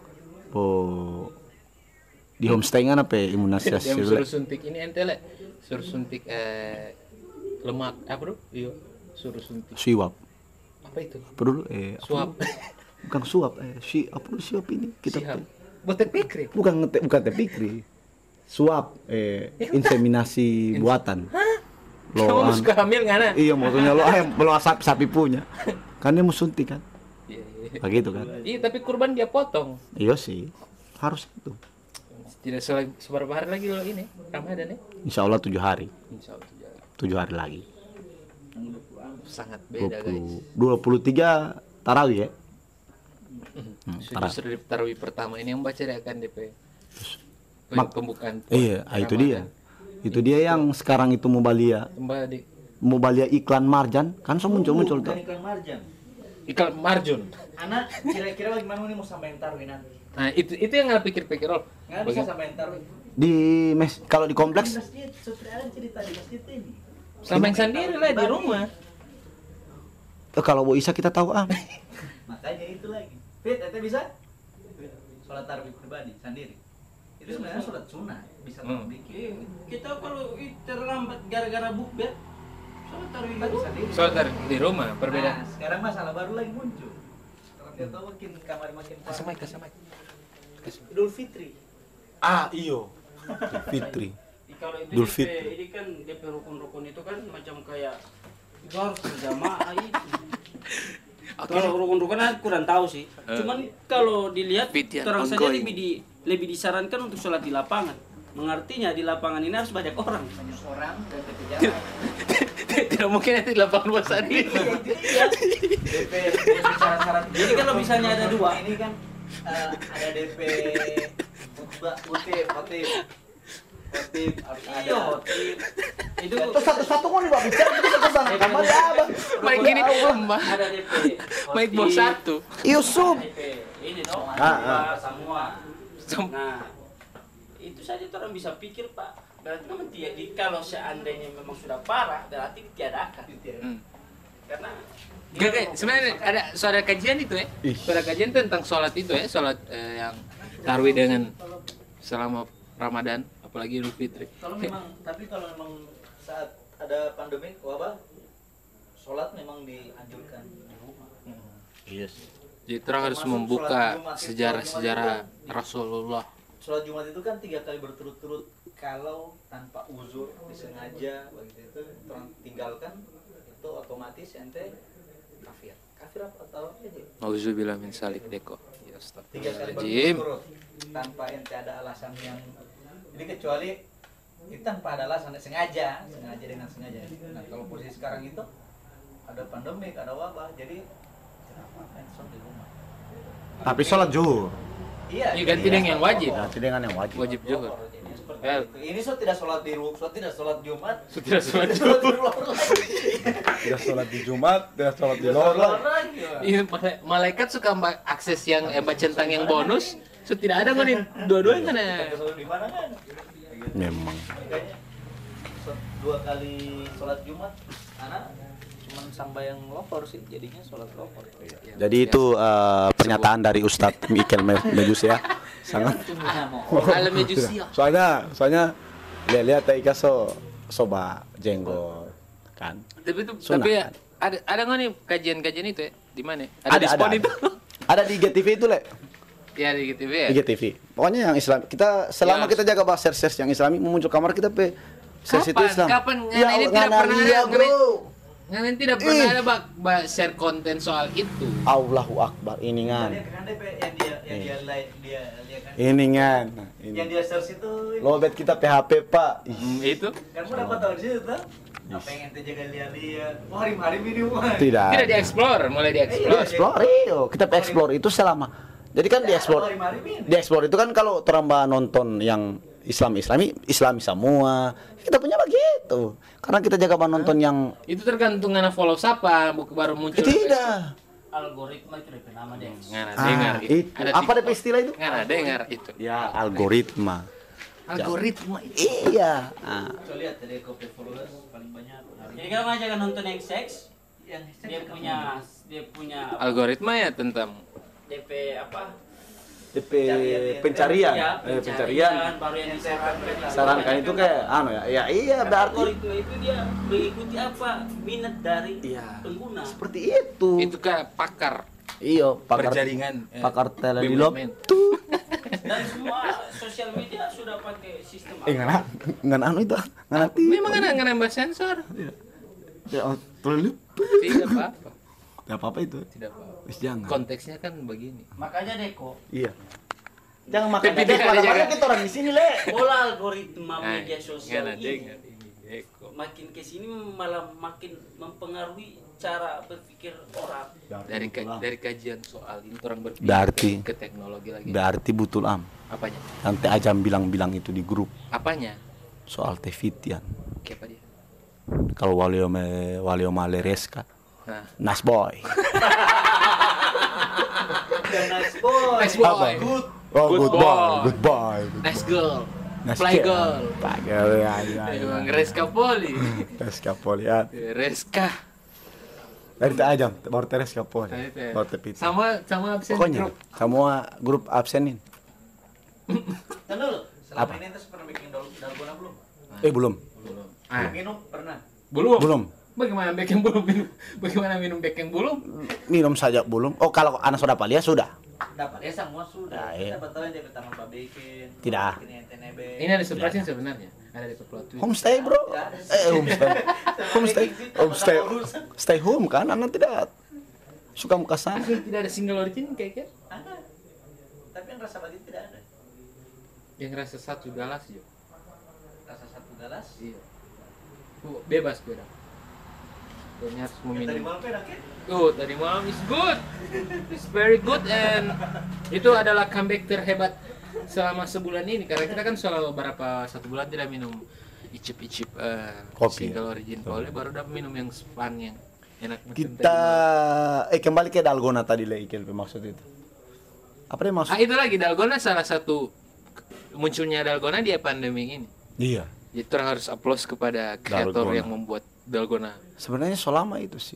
Oh, di homestay kan apa ya, imunisasi Yang le? suruh suntik ini ente le, suruh suntik eh, lemak apa bro? Iya, suruh suntik. Siwap. Apa itu? Apa dulu? Eh, apa Suap. dulu? Bukan suap, eh si apa dulu siwap ini? Kita Siap. Buat pikir. bukan ngete, bukan tepikri. Suap eh inseminasi buatan. Lo Kamu an- suka hamil nggak nak? iya maksudnya lo ayam belum sapi, sapi punya. Kan dia mau suntik kan? Iya, iya. Begitu kan? Iya, tapi kurban dia potong. Iya sih. Harus itu. Tidak sel- seberapa hari lagi loh ini Ramadan ya? Insya Allah tujuh hari. Insya Allah tujuh hari. Tujuh hari lagi. Sangat dua beda puluh, guys. dua puluh tiga tarawih ya. Hmm, So, tarawih. justru di tarawih pertama ini yang baca dia akan D P. Mak- Pembukaan. Iya, ah, itu dia. Itu dia yang sekarang itu Mubalia, Kembali Mubalia iklan Marjan kan so muncul-muncul tuh. Bukan ikan marjan. iklan Marjun. Anak kira-kira bagaimana nih mau sampai taruh nanti? Nah itu itu yang nggak pikir-pikir loh. Nggak bisa sampai taruh. Di mes kalau di kompleks Di masjid, sutradara cerita di masjid ini. Sama yang sendiri lah di rumah. eh, kalau Bu Isa kita tahu ah. Makanya itu lagi. Fit, ente bisa? Sholat tarawih pribadi sendiri. Itu sebenarnya sholat sunnah, bisa Hmm. bikin. Kita kalau i- terlambat gara-gara bukber, sholat tarawih Kita dulu. bisa diri. Soal dari di rumah Nah, perbedaan. sekarang masalah baru lagi muncul. Sekarang kita tahu makin kamar makin Kasih mic, kasih mic. Idul Fitri. Ah, iyo. Fitri. I- Kalau itu Idul D P, Fitri. ini kan D P rukun-rukun itu kan macam kayak itu harus berjamaah itu. Kalau rukun-rukun aku kurang tahu sih. Cuman kalau dilihat Fitian terang saja ongoing. lebih di lebih disarankan untuk sholat di lapangan. Mengartinya di lapangan ini harus banyak orang. Banyak orang dan kekejaran. Tidak mungkin nanti di lapangan bosan ini. Iya. D P syarat-syarat. Jadi kalau misalnya ada dua, ini kan eh, ada D P khutbah, khotib, khotib. Khotib harus ada. Iya, khotib. Itu Terus satu-satu mau nih Pak bicara terus ke sana. Kamar apa? Mic gini mbak. ada D P. Mic bos satu. Yusuf. D P ini dong, Ah, ah. semua. Sem- Nah, itu saja tuh orang bisa pikir Pak. Berarti memang tidak di kalau seandainya memang sudah parah, berarti ditiadakan. Hmm. karena Gak, kayak sebenarnya ada suara kajian itu ya. Ih. Suara kajian tentang sholat itu ya, sholat eh, yang tarawih dengan selama Ramadan, apalagi Idul Fitri. Kalau memang, tapi kalau memang saat ada pandemi wabah, sholat memang dianjurkan di rumah. Yes. Jadi terang harus Termasuk membuka sholat Jumat. sejarah-sejarah Sholat Jumat itu- Rasulullah. Sholat Jumat itu kan tiga kali berturut-turut, kalau tanpa uzur disengaja begitu itu orang tinggalkan itu otomatis ente kafir. Kafir apa atau apa aja? Auzubillah min salik deko. Ya Tiga kali astagfirullahaladzim. berturut-turut tanpa ente ada alasan yang jadi kecuali itu tanpa ada alasan sengaja, sengaja dengan sengaja. Nah kalau posisi sekarang itu ada pandemi, ada wabah, jadi kenapa ente sholat di rumah? Tapi sholat zuhur. Iya, Iya, ganti iya, dengan yang sholat wajib. lohor. Ganti dengan yang wajib. Wajib zuhur. Jadi seperti Ya. itu. Ini so tidak sholat di rumah, so tidak sholat Jumat, Tidak sholat tidak sholat di luar lagi. Tidak sholat di Jumat, tidak sholat di Tidak lohor sholat lagi. lagi. Iya, mala- malaikat suka mbak akses yang eh, mbak centang yang bonus. So tidak ada nih dua-duanya kan ya. Kita sholat di mana kan? Memang. Makanya so- dua kali sholat Jumat, anak cuman sampai yang lohor sih, jadinya sholat lohor. Jadi itu eh, pernyataan dari Ustadz Mikel Mejus ya. Sangat. Alam Mejusia. Soalnya, soalnya lihat-lihat Ika so soba jenggot kan. Tapi itu Sunnah, tapi ya, kan? ada ada nggak nih kajian-kajian itu ya? Di mana? Ada, Ada, di ada, spon ada. itu. Ada di I G T V itu, Le. Ya di G T V ya. I G T V. Pokoknya yang Islam. Kita selama Ya. kita jaga bahas share-share yang Islami muncul kamar kita pe share itu Kapan? Islam. Kapan? Ya, Ngana ini tidak ngana pernah iya, ada, bro. Nggak tidak pernah Ih. ada bak, bak share konten soal itu. Allahu Akbar ini Dia kan. kan D P yang dia yang dia like dia dia kan. Ini kan. Yang Ini. dia search itu Lobet kita P H P, Pak. Ih, Hmm, itu kamu dapat tahu di situ tuh. Apa yang ente jaga lihat-lihat. Wah, hari-hari ini wah. Tidak. tidak dieksplor, mulai dieksplor. Explore, iyo. Kita pe explore itu selama. Jadi kan di explore. Hari-hari ini. Di explore itu kan kalau teramba nonton yang Islam Islami, Islami semua. Kita punya begitu. Karena kita jaga nonton yang Itu tergantung ngana follow siapa, buku baru muncul. tidak. algoritma itu D P nama deh. Ngana Ah, dengar itu. Apa TikTok. D P istilah itu? Ngana dengar itu. Ya, algoritma. Algoritma. Iya. Ah. Coba lihat tadi copy followers paling banyak. Jadi kalau ngajak nonton yang seks, Yang dia punya dia punya apa, Algoritma ya tentang D P apa? D P pencarian, Ya, eh, pencarian. baru yang disarankan. Sarankan itu kayak anu ya. Ya iya berarti Algoritma itu dia mengikuti apa minat dari Iya. pengguna. seperti itu. itu kayak pakar Iyo, pakar berjaringan eh, pakar teledilop. BUMN. Tuh. Dan semua sosial media sudah pakai sistem Eh ngana, ngana anu itu. Ngana ti. Memang ngana ngana mbak sensor. Ya, teledilop. Tidak apa-apa. Tidak apa-apa itu. Tidak apa-apa. Wis jangan. Konteksnya kan begini. Makanya Deko, Iya. Jangan makan. Tapi dia ada Mana jaga- kita orang di sini, Le. pola algoritma Nah, media sosial ngana ini dengar ini Eko. makin kesini malah makin mempengaruhi cara berpikir orang. Dari ka- dari kajian soal ini orang berpikir Berarti- ke, ke teknologi lagi. Berarti betul am. Apanya? Nanti Ajam bilang-bilang itu di grup Apanya? soal Tevitian. Siapa dia? Kalau Walio me Walio Malereska, Nah. Nasboy. Dan nice boy. Nice boy. Apa? Good. Oh, Good good boy. boy, good boy. Nice girl. Nice Fly girl. girl. Fly girl, ya, ya, ya. Emang Reska Poli. Reska Poli, ya. Reska. Dari tak Ajam, baru Reska Poli. Tadi teh. Baru Tevitian. Sama sama absen Pokoknya grup. semua grup absenin. Kan dulu. Selama Apa? ini ente pernah bikin dal- dalgona belum? Eh belum, Ah, Minum pernah. belum. belum. Bagaimana baking belum minum? Bagaimana minum baking belum? Minum saja belum. Oh kalau anak soda palia sudah. Dapat ya semua sudah. Nah, iya. Kita tahu yang dia pertama Pak bikin. Tidak. Bikin ente nebeng. Ini ada surprise sebenarnya. Ada di plot twist. Homestay bro. Eh homestay. Homestay. Homestay. Stay home kan. Anak tidak suka muka sana. Asli tidak ada single origin kayaknya. Ada. Tapi yang rasa batin tidak ada. Yang rasa satu galas yo. Rasa satu galas. Iya. Oh, bebas beda. Hanya harus Yang tadi meminum. malam perak ya? Good, tadi malam is good. It's very good and itu adalah comeback terhebat selama sebulan ini karena kita kan selama beberapa satu bulan tidak minum icip-icip eh, Kopi, single origin Pauli baru dapat minum yang span yang enak macam Kita tadi. eh kembali ke dalgona tadi le Ikil maksud itu. Apa dia maksud? Ah itu lagi dalgona salah satu munculnya dalgona di pandemi ini. Iya. Jadi orang harus applause kepada kreator Dalgona. yang membuat dalgona. Sebenarnya selama itu sih.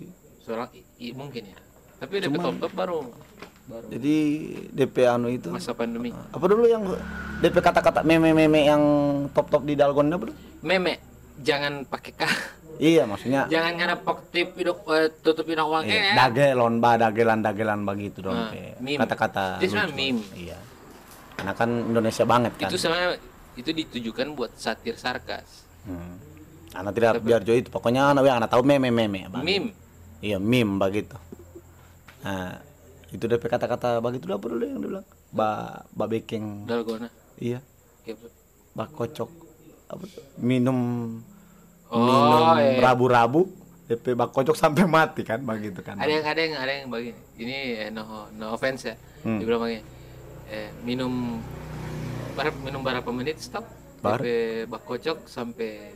Seorang i, i- mungkin ya. Tapi D P Cuman- top top baru baru Jadi D P anu itu masa pandemi. apa dulu yang D P kata-kata meme-meme yang top-top di Dalgon apa dulu? Meme, jangan pakai K. Iya, maksudnya Jangan ngarep tip hidup eh, tutup hidung uang iya, eh. dagelon, ba dagelan dagelan begitu dong. Ah, kayak meme. Kata-kata Itu sebenarnya lucu. meme. Iya. Karena kan Indonesia banget kan. Itu sebenarnya itu ditujukan buat satir sarkas. Hmm. Anak tidak biar jo itu. Pokoknya anak yang anak tahu meme-meme. begitu. Meme. Iya, meme begitu. Nah, itu D P kata-kata begitu apa dulu yang dibilang? Ba ba bekeng. Dalgona. Iya, Ya, ba kocok. Apa tuh? Minum Oh, minum iya. rabu-rabu D P bak kocok sampai mati kan begitu kan. Ada yang ada yang ada yang begini. Ini eh, no no offense ya. Hmm. Dibilang begini. Eh, minum berapa minum berapa menit stop? Bar? D P bak kocok sampai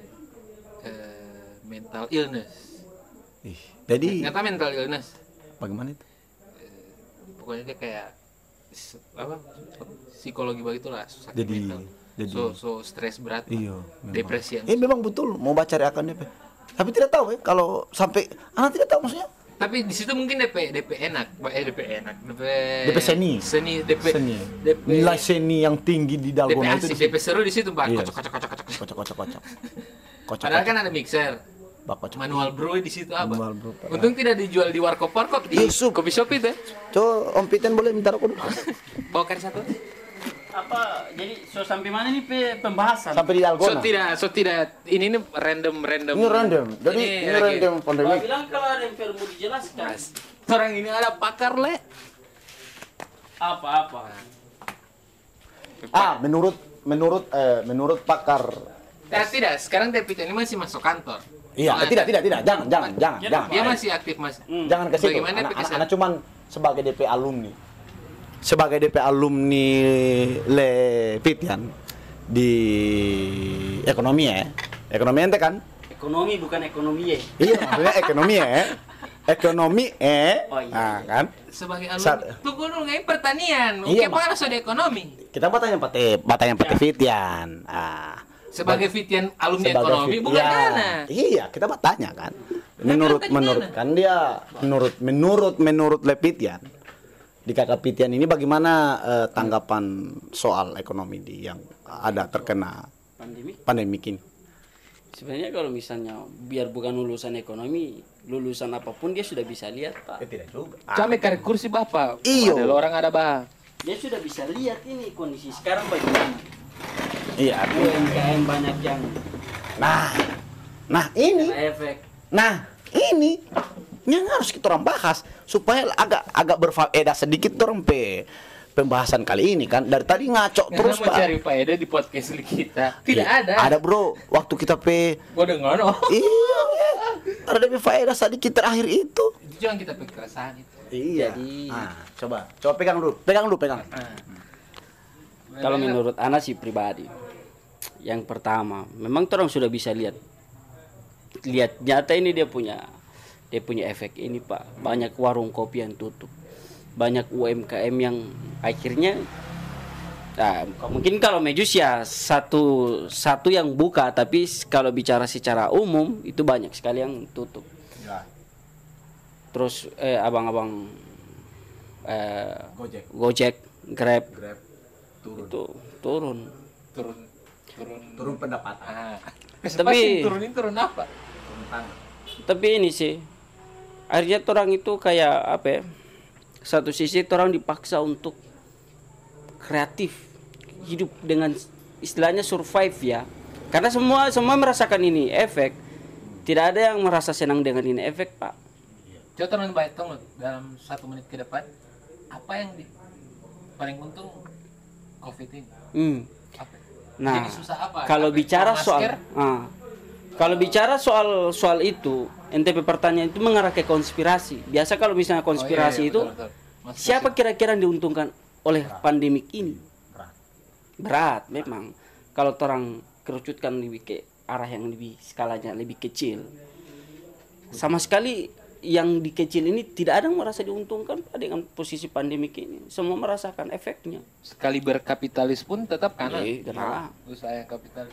eh, mental illness. Ih, jadi Ternyata mental illness. bagaimana itu? Pokoknya dia kayak s- apa? Psikologi begitulah, sakit Jadi mental. jadi So so stres berat. iya, memang. Depresi yang Eh memang betul mau baca reakan D P. Tapi tidak tahu ya kalau sampai anak tidak tahu maksudnya. tapi di situ mungkin D P D P enak, eh D P enak, D P D P seni. seni D P Seni. D P Nilai seni yang tinggi di D P Dalgona itu asik, di D P seru di situ, Pak. Iya. Kocok kocok kocok kocok. kocok kocok kocok. Kocok. Padahal kan ada mixer, bak kocok. manual brew di situ apa? Manual brew, Pak. Untung tidak dijual di warkop-warkop di Iya, Sup. kopi shop itu. Ya. Coba Om Piten boleh minta rokok dulu. Bawakan satu. Apa jadi so sampai mana nih pe pembahasan? Sampai di So Dalgona. tidak, so tidak. Ini nih random random. Ini random. Jadi ini, lagi. random Kalau pandemi. bilang kalau ada yang perlu dijelaskan. Mas, orang ini ada pakar le. Apa-apa? Ah, menurut menurut eh menurut pakar. Nah, tidak, sekarang Tepita ini masih masuk kantor. Iya, Nah, eh, tidak tidak tidak. Jangan jangan jangan Dia jangan. Dia masih aktif mas. Hmm. Jangan ke situ. Bagaimana Anak, P K S? anak, anak cuman sebagai D P alumni. Sebagai D P alumni Le Pitian di ekonomi ya. Ekonomi ente kan? Ekonomi bukan ekonomi ya. Iya, maksudnya ekonomi ya. Ekonomi eh. Oh, iya. Nah, kan? Sebagai Saat- alumni, tuh gue nggak pertanian. Iya, Oke, Mas. apa harus ada ekonomi? Kita batanya pate batanya pate Pitian. Ah. Sebagai Fitian alumni Sebagai ekonomi, fit- bukan iya, Dana. Iya, kita bertanya kan. Menurut kan menurut gimana? kan dia menurut menurut menurut Lepitian di Kakak Pitian ini bagaimana eh, tanggapan soal ekonomi di yang ada terkena Pandemi. pandemi ini? Sebenarnya kalau misalnya biar bukan lulusan ekonomi, lulusan apapun dia sudah bisa lihat, Pak. tidak juga. Kami cari kursi bapak. Iyo. Ada orang ada bah. Dia sudah bisa lihat ini kondisi sekarang bagaimana. Iya. U M K M banyak yang Nah, nah ini, kena efek. nah ini yang harus kita orang bahas supaya agak agak berfaedah sedikit orang pe pembahasan kali ini kan dari tadi ngaco terus Terus mau Pak. cari faedah di podcast kita. Tidak Iya, ada. Ada bro, waktu kita pe Gue dengar oh. iya, ada lebih faedah sedikit terakhir itu. Itu jangan kita pakai keresahan itu. Iya. Jadi- ah, coba, coba pegang dulu, pegang dulu, pegang. Nah. Kalau menurut Ana sih pribadi, yang pertama, memang orang sudah bisa lihat, lihat nyata ini dia punya, dia punya efek ini Pak. Banyak warung kopi yang tutup, banyak U M K M yang akhirnya, nah, mungkin kalau Mejus ya satu satu yang buka, tapi kalau bicara secara umum itu banyak sekali yang tutup. Ya, Terus eh, abang-abang eh, Gojek, Gojek, Grab Grab, turun, itu turun. turun turun turun pendapatan, Ah. Tapi- Tapi turunin turun apa? turun tangan. Tapi ini sih akhirnya orang itu kayak apa ya, satu sisi orang dipaksa untuk kreatif, hidup dengan istilahnya survive ya, karena semua semua merasakan ini efek. Tidak ada yang merasa senang dengan ini efek Pak. Coba teman baik tolong dalam satu menit ke depan apa yang di, paling untung COVID ini? Hmm. Apa? Nah, Jadi susah apa? kalau Apa? bicara Masker? soal, ah, kalau bicara soal soal itu, N T P pertanyaan itu mengarah ke konspirasi. Biasa kalau misalnya konspirasi Oh, iya, iya, itu, betul, betul. Mas- siapa kira-kira yang diuntungkan oleh pandemik ini? Berat. Berat, memang. Kalau orang kerucutkan lebih ke arah yang lebih skalanya lebih kecil, sama sekali yang di kecil ini tidak ada yang merasa diuntungkan Pak, dengan posisi pandemik ini. Semua merasakan efeknya. Sekali berkapitalis pun tetap kanan. Iya, kenapa? Usaha yang kapitalis.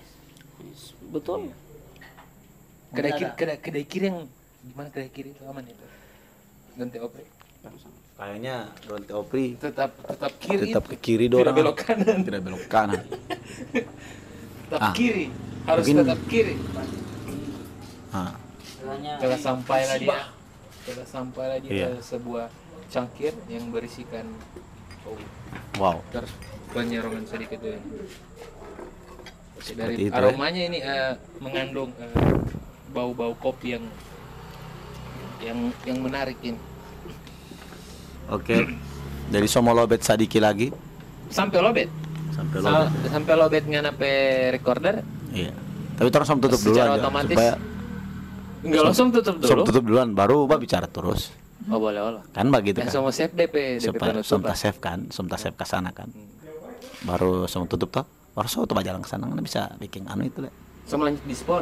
Betul. Kedai kiri, kedai, kedai kiri yang gimana kedai kiri itu aman itu? ganti opri. Kayaknya ganti opri Tetap tetap kiri. tetap ke kiri Tidak dorang. belok kanan. Tidak belok kanan. Tetap Ah. kiri. Harus Mungkin- tetap kiri. Ah, Telah sampailah dia. Telah sampailah dia Iya. ke sebuah cangkir yang berisikan oh, wow. terus penyerongan sedikit tuh. Dari Seperti itu, aromanya ini eh, mengandung eh, bau-bau kopi yang yang yang menarik ini. Oke. Jadi somo lobet sadiki lagi Sampai lobet. sampai Sa- lobet. sampai lobet nganape recorder. Iya. Tapi terus som tutup dulu Secara aja otomatis. supaya Enggak langsung tutup som dulu. tutup duluan baru bah bicara terus. Oh boleh boleh. Kan begitu Yang kan. semua save D P D P Supaya som penutupan. tas save kan, som tas save ke sana kan. Baru som tutup toh. Baru so tuh jalan ke sana kan bisa bikin anu itu deh. Sama lanjut di spawn.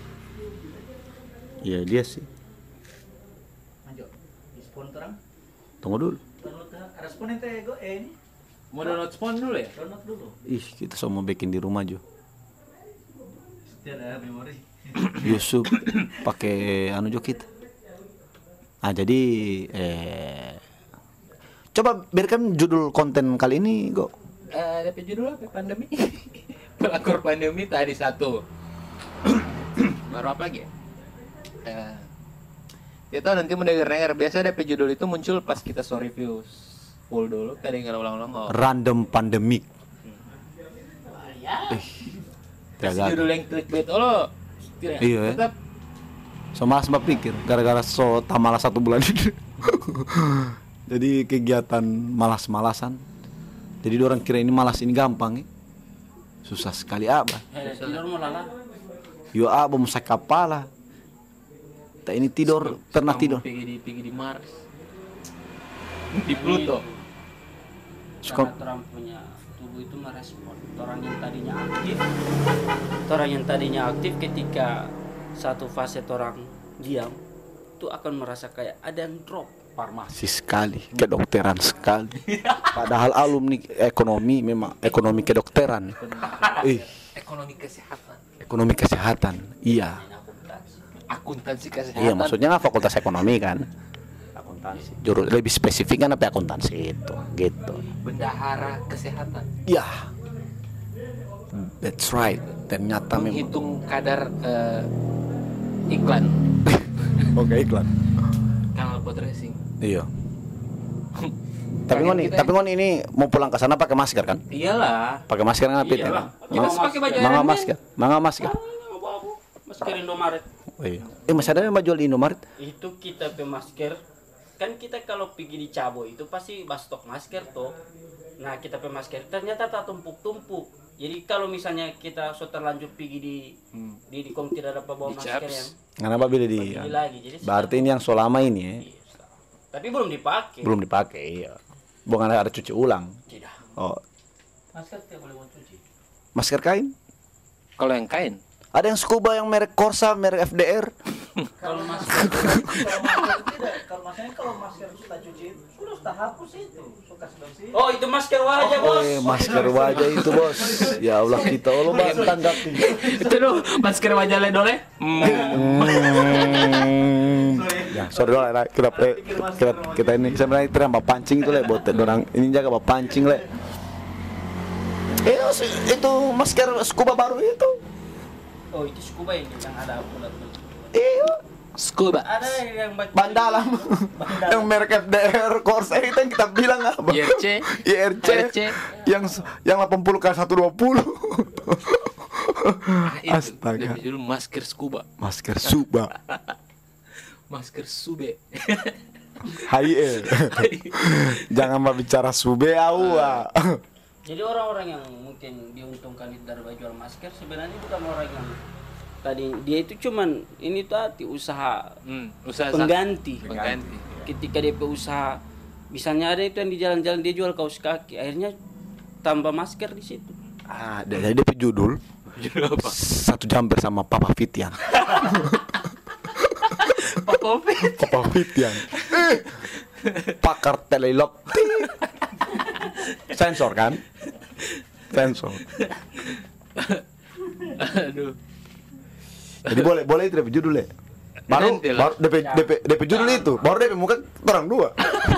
Iya dia sih. Lanjut. Dispon terang. Tunggu dulu. Download terang. Respon ente go eh ini. Mau download spawn dulu ya? Download dulu. Ih, kita semua bikin di rumah Jo. Tidak ada memori. Yusuf pakai anu Jo kita. Ah jadi eh coba biarkan judul konten kali ini Go. Eh, D P judul apa? Pandemi. Pelakor pandemi tadi satu. Baru apa lagi ya? Eh, dia tahu nanti mendengar-dengar. Biasa D P judul itu muncul pas kita show review full dulu. Tadi nggak ulang-ulang. Oh. Random pandemic. Ih, Kasih tidak judul yang clickbait oh lo. Tidak. Iya, ya. Tetap so malas mbak pikir gara-gara so tamala satu bulan ini. Jadi kegiatan malas-malasan. Jadi orang kira ini malas ini gampang ya. Susah sekali abah. Eh, tidur malah. Yo abah musak kepala. Tak ini tidur pernah kamu tidur. Pergi di pergi di Mars. Di Pluto. Suka Karena orang punya tubuh itu merespon. Orang yang tadinya aktif, orang yang tadinya aktif ketika satu fase orang diam, itu akan merasa kayak ada yang drop. farmasi sekali, kedokteran sekali. Padahal alumni ekonomi memang ekonomi kedokteran. Ih, Ekonomi kesehatan. ekonomi kesehatan. Iya. Akuntansi kesehatan. Iya, maksudnya nggak fakultas ekonomi kan? Akuntansi. Juru lebih spesifik kan apa akuntansi itu, gitu. Bendahara kesehatan. Iya. That's right. Ternyata memang. Menghitung kadar eh, iklan Oke, iklan. kanal pot racing. Iya. Tapi ngoni, Kita- tapi ngoni ini mau pulang ke sana pakai masker kan? Iyalah. Pakai masker kan Pit? Iyalah. Kita Manga- pakai baju Manga Iron Man. masker, manga masker. Abu-abu, masker Indomaret. Oh iya. Eh masih ada yang jual di Indomaret? Itu kita pe masker. Kan kita kalau pergi di Cabo itu pasti bas stok masker tuh. Nah, kita pe masker ternyata tak tumpuk-tumpuk. Jadi kalau misalnya kita so terlanjur pergi di Hmm. di di kom tidak dapat bawa Di masker Chaps. yang Kenapa beli di? pergi lagi. Jadi Berarti ini yang selama ini ya, Iya, tapi belum dipakai. belum dipakai. Iya. Bukan ada, ada cuci ulang. Tidak. Oh, Masker tidak boleh mau cuci. masker kain? Kalau yang kain. Ada yang scuba yang merek Corsa, merek F D R. Kalau masker Kalau masker tidak, kalau maksudnya kalau masker sudah cuci itu sudah sudah hapus itu, suka bersih. Oh, itu masker wajah, Bos. Eh, masker wajah itu bos. Ya Allah kita Allah bang tanggapi. Itu tuh masker wajah ledole. Hmm. Ya, sorry dong, lah. kita kita kita ini sebenarnya itu yang bapak pancing itu le, buat orang ini jaga bapak pancing le. Eh, itu masker scuba baru itu. Oh, itu scuba ini yang ada bulat. Iya. Scuba. Ada yang baca Bandalam. Yang merek F D R Corsa itu yang kita bilang apa? I R C. I R C. I R C. Yang yang delapan puluh kali seratus dua puluh. Itu. Astaga. Lebih dulu masker scuba. Masker suba. Masker sube. Hai eh. Jangan mau bicara sube awa. Jadi orang-orang yang mungkin diuntungkan itu dari jual masker sebenarnya bukan orang yang tadi dia itu cuman ini tadi usaha Hmm, usaha pengganti. pengganti. Ketika dia usaha misalnya ada itu yang di jalan-jalan dia jual kaos kaki akhirnya tambah masker di situ. Ah, jadi dia judul Judul apa? satu jam bersama Papa Fitian. Papa Fit. Papa Fitian. Eh, pakar telelop. Sensor kan? Sensor. Aduh. Jadi boleh boleh itu judul ya. Baru, Nanti lah. baru D P D P D P judul itu, baru D P muka orang dua.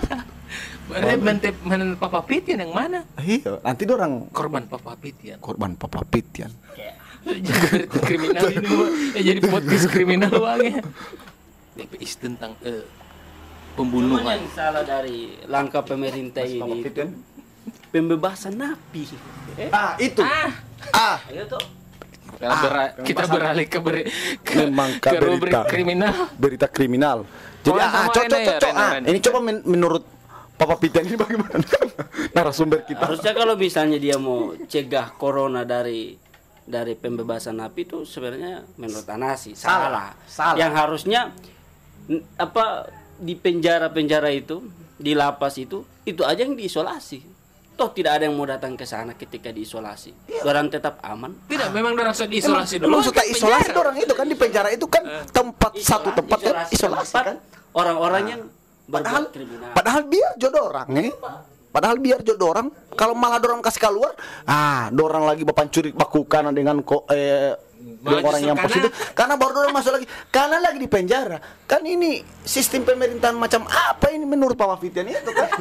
Mana mentep mana Papa Pitian yang mana? Iya, nanti orang Korban Papa Pitian. korban Papa Pitian. Jadi kriminal ini Wak. Eh, jadi podcast kriminal uangnya. D P is tentang eh, Cuman pembunuhan. yang salah dari langkah pemerintah ini pembebasan napi. Eh? Ah, itu. Ah, Ah, Ayo tuh. kita, bera- kita beralih ke, beri, ke, memang ke rubrik berita kriminal. berita kriminal. Jadi Kalau ah, sama cocok ini ya, cocok. Ah, Ren, ini coba men- menurut Papa Pitian ini bagaimana? Narasumber kita. Harusnya kalau misalnya dia mau cegah corona dari dari pembebasan napi itu sebenarnya menurut Anasi salah. Salah. Yang harusnya n- apa di penjara-penjara itu, di lapas itu, itu aja yang diisolasi. Toh tidak ada yang mau datang ke sana ketika diisolasi. Orang tetap aman. Tidak, memang orang sudah diisolasi dulu. Emang suka Kan isolasi penjara. orang itu kan di penjara itu kan tempat satu tempat kan isolasi tempat kan. orang-orang yang Padahal berbuat kriminal. padahal biar jodoh orang eh. Padahal biar jodoh orang kalau malah dorang kasih keluar, ah, dorang lagi bapancuri bakukan dengan kok eh dengan Malah orang justru yang karena- positif karena baru dorang masuk lagi karena lagi di penjara. Kan ini sistem pemerintahan macam apa ini menurut Pak Fitian itu kan?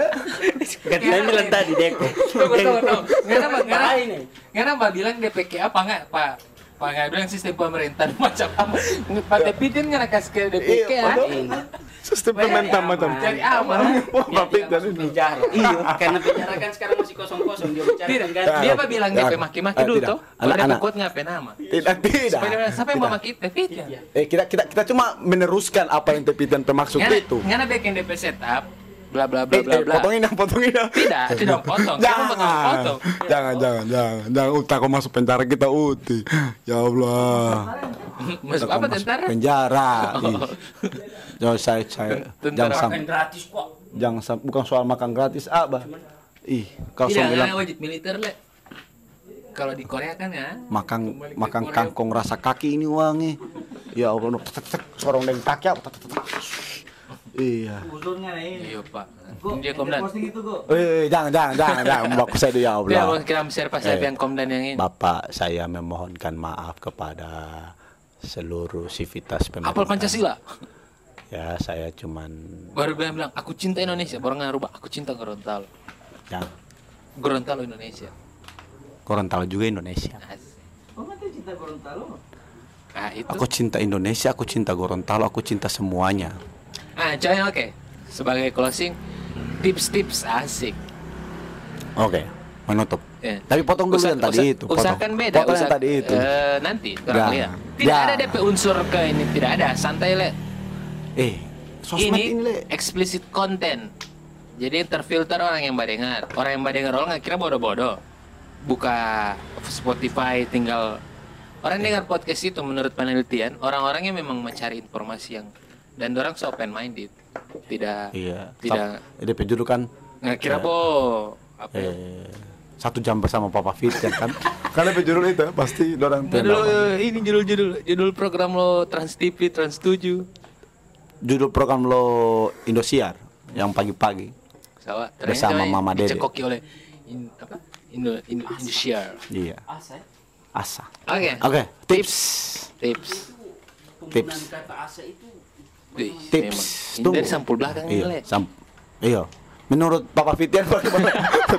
Kan saya bilang tadi Deko. Tunggu, tunggu, tunggu. Kenapa, Apa kenapa, ini? kenapa bilang D P K apa enggak, Pak? Pak nggak bilang sistem pemerintahan macam apa? Pak Tepitin nggak kasih ke D P K Iya, ah? padahal sistem pemerintahan macam Cari aman. Pak Fitian ini. penjara. Iya, karena penjara kan sekarang masih kosong-kosong dia bicara Tidak, pengganti. dia apa bilang D P maki-maki Ah, dulu tidak. toh? Kalau dia Anak-anak. kuat ngapain nama? Tidak, tidak. Supaya siapa yang mau Tidak. maki Tepitin? Eh kita kita kita cuma meneruskan apa yang Tepitan termaksud itu. Nggak bikin D P setup, bla bla bla Eh, bla eh, bla. potongin dong, potongin dong. Tidak, tidak potong. Kamu potong potong. Jangan, jangan, jangan, jangan. Uta kau masuk penjara kita uti. Ya Allah. Masuk Uta, kau apa masuk tentara? Penjara. Ih. Jangan saya saya Tentara. jangan sam, Makan gratis kok. jangan sam, bukan soal makan gratis apa. Ih, kalau Tidak, saya bilang nggak wajib militer le. Kalau di Korea kan ya. makan Kembali ke makan Korea. kangkong rasa kaki ini wangi. Ya Allah, tek, tek, tek, sorong dengan kaki apa? tek, tek, tek. Iya. Uzurnya nah ini. Iya pak. Go, Dia ente komdan. posting itu go. Eh, jangan, jangan, jangan, jangan. Bapak saya ya Dia mau Allah. kirim share pas saya Eh. yang komdan yang ini. Bapak saya memohonkan maaf kepada seluruh sivitas pemerintah. Apal Pancasila. Ya, saya cuman Baru bilang bilang aku cinta Indonesia. Baru nggak rubah. Aku cinta Gorontalo. ya Gorontalo Indonesia. Gorontalo juga Indonesia. Asik. Oh, nanti cinta Gorontalo. Ah itu. Aku cinta Indonesia, aku cinta Gorontalo, aku cinta semuanya. Ah coy oke. Sebagai closing, tips-tips asik. Oke, menutup. Ya. Tapi potong dulu Usa- yang tadi usa- itu. Potong. Usahakan beda. Potong yang usa- tadi itu. eh, nanti orang Jangan. lihat. Tidak Jangan. ada D P unsur ke ini. Tidak ada. Santai le. Eh, sosmed Ini ini, Le. explicit content. Jadi terfilter orang yang badengar. Orang yang badengar orang nggak kira bodoh-bodoh. Buka Spotify tinggal orang dengar podcast itu menurut penelitian orang-orangnya memang mencari informasi yang dan orang so open minded. Tidak Iya. tidak Tap- D P judul kan nggak kira Ya. po apa ya? eh satu jam bersama Papa Fit ya kan. Karena D P judul itu pasti orang Judul, eh, ini judul-judul judul program lo Trans T V Trans tujuh. Judul program lo Indosiar yang pagi-pagi. Sama Bersama Mama Dede. dicekoki oleh in, apa? Indo, Indo, Indosiar. Iya. Asa ya? Asa. Oke. Oke, tips. Tips. Penggunaan Tips. kata asa itu Wih, Tips. memang. Ini Tunggu. dari sampul belakang ini, Iya, Le. sam iya. Menurut Papa Fitian bagaimana?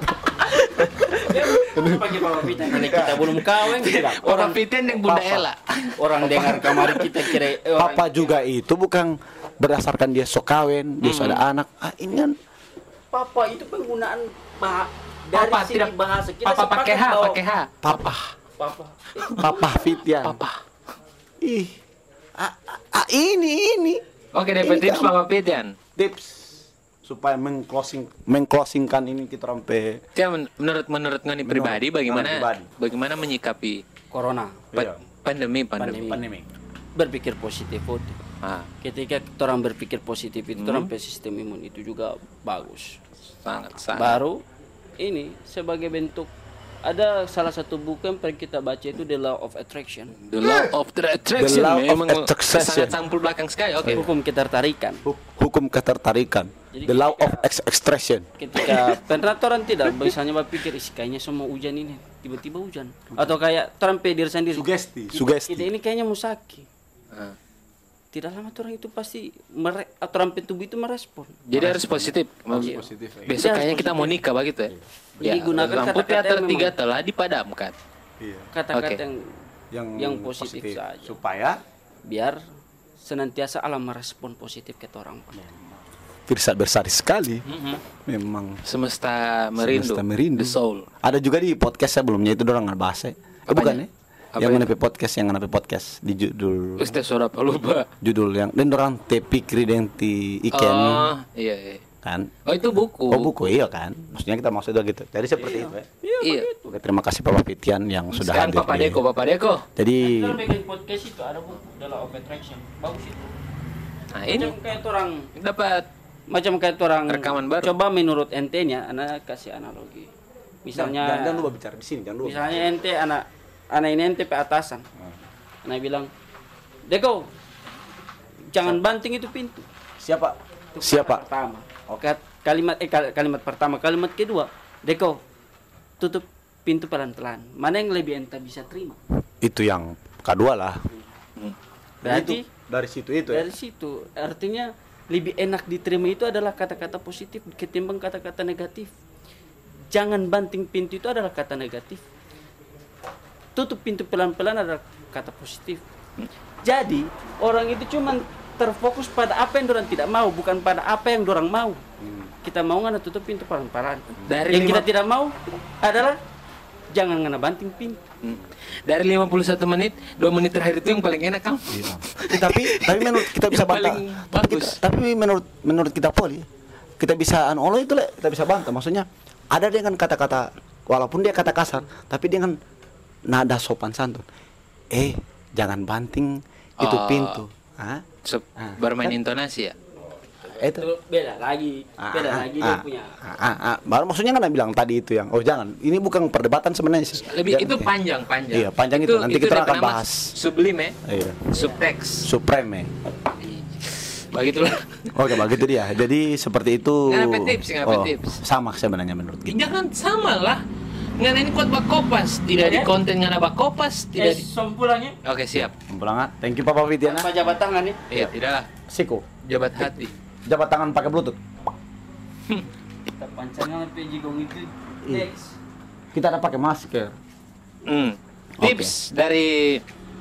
pakai Papa Pita ini kita belum kawin tidak. Orang Fitian yang Bunda Papa. Ella. Orang dengar kamar kita kira eh, orang Papa juga itu bukan berdasarkan dia sok kawin, dia sudah ada anak. Ah, ini kan Papa itu penggunaan bah dari Papa segi tidak bahasa kita Papa sepakat pakai H, bahwa pakai H. Papa. Papa. Papa Fitian. Papa. Ih. Ah, ah, ah, ini ini Oke, dapat Ini tips kamu. Papa Fitian. tips supaya mengclosing mengclosingkan ini kita sampai Ya, men- menurut menurut Ngoni pribadi Menurut bagaimana Ngoni pribadi. bagaimana menyikapi Corona. pa- Iya. pandemi pandemi. Pandemi. Berpikir positif. Odi. Ah, Ketika kita orang berpikir positif itu Hmm. orang punya sistem imun itu juga bagus. sangat sangat. Baru ini sebagai bentuk ada salah satu buku yang pernah kita baca itu The Law of Attraction. The law of the attraction The law of memang attraction. sangat sampul belakang sekali. Oke. Hukum ketertarikan. hu- hukum ketertarikan. Jadi The law of ketika- ex- extraction. Ketika penetratoran tidak misalnya berpikir "Ih, kayaknya semua hujan ini tiba-tiba hujan atau kayak orang pedir sendiri Sugesti. Ide- Sugesti. ide ini kayaknya mau sakit Ah. tidak lama orang itu pasti mere, orang tubuh itu merespon. Jadi harus positif. Iya. Positif. Ya. Besok Harus kayaknya kita mau positif. nikah begitu ya. Jadi gunakan lampu kata-kata teater yang tiga memang- telah dipadamkan. Iya. Kata-kata Oke. yang Yang, Yang positif saja. supaya biar senantiasa alam merespon positif ke orang. Firsat Bersari sekali. Mhm. Memang Semesta merindu. Semesta merindu. The soul. ada juga di podcast sebelumnya itu orang bahas. Eh, bukan ya? Apa yang itu? menepi podcast yang menepi podcast di judul Ustaz suara apa lupa. judul yang dan orang tepi kridenti iken Oh, iya, iya. kan. Oh, itu buku. Oh buku iya kan. Maksudnya kita maksudnya gitu. Jadi seperti itu ya. Iya. Oke, terima kasih Bapak Fitian yang sudah Sekarang hadir. Papa di- Deko, Papa Deko. Jadi Kalau bikin podcast itu ada buku dalam of attraction. Bagus itu. Nah, ini Macam kayak orang dapat macam kayak orang Rekaman baru. Coba menurut ente-nya anak kasih analogi. Misalnya jangan, jangan lupa bicara di sini, jangan lupa. misalnya ente anak anak ini ente pe atasan. Anak bilang, "Deko, jangan banting itu pintu." Siapa? Itu Siapa? kata pertama. Oke, kalimat eh kal- kalimat pertama, kalimat kedua, "Deko, tutup pintu pelan-pelan." Mana yang lebih ente bisa terima? Itu yang kedua lah. Berarti Itu, dari situ itu ya. dari situ artinya lebih enak diterima itu adalah kata-kata positif ketimbang kata-kata negatif. Jangan banting pintu itu adalah kata negatif. Tutup pintu pelan-pelan adalah kata positif. Jadi orang itu cuma terfokus pada apa yang orang tidak mau, bukan pada apa yang orang mau. Kita mau ngana tutup pintu pelan-pelan. Dari yang lima- kita tidak mau adalah jangan ngana banting pintu. Hmm. Dari lima puluh satu menit, dua menit terakhir itu yang paling enak, Kang. Iya. Eh, tapi tapi menurut kita bisa Yang bantah. paling Tapi, kita, bagus. tapi menurut menurut kita poli kita bisa anu Allah itu le, kita bisa bantah. Maksudnya ada dengan kata-kata walaupun dia kata kasar, tapi dengan nada sopan santun. Eh, jangan banting itu Oh. pintu. Hah? Sep- Ah. bermain intonasi ya. Itu Itu beda lagi, beda Ah, lagi ah, dia ah, punya. ah, ah, ah. Baru maksudnya kan bilang tadi itu yang oh jangan. Ini bukan perdebatan sebenarnya sih. Lebih Biar- itu panjang, panjang. Iya, panjang itu. Nanti kita ada akan nama bahas. Sublime, Iya. subtext. Supreme. Begitulah. Oke, begitu dia. Jadi seperti itu. Nggak ada tips, nggak ada Oh, tips. sama sebenarnya menurut kita. Jangan sama lah. Nggak ini kuat bakopas, tidak di Ya. konten nggak ada bakopas, Eh, tidak di. sompulangnya Oke, siap. Pulang ah. Thank you Papa Fitiana. apa jabat tangan nih? Iya, tidaklah. Siku. Jabat hati. Jabat tangan pakai bluetooth. Kita pancangan P J Gong itu. Iya. Next. Kita ada pakai masker. Hmm. Tips dari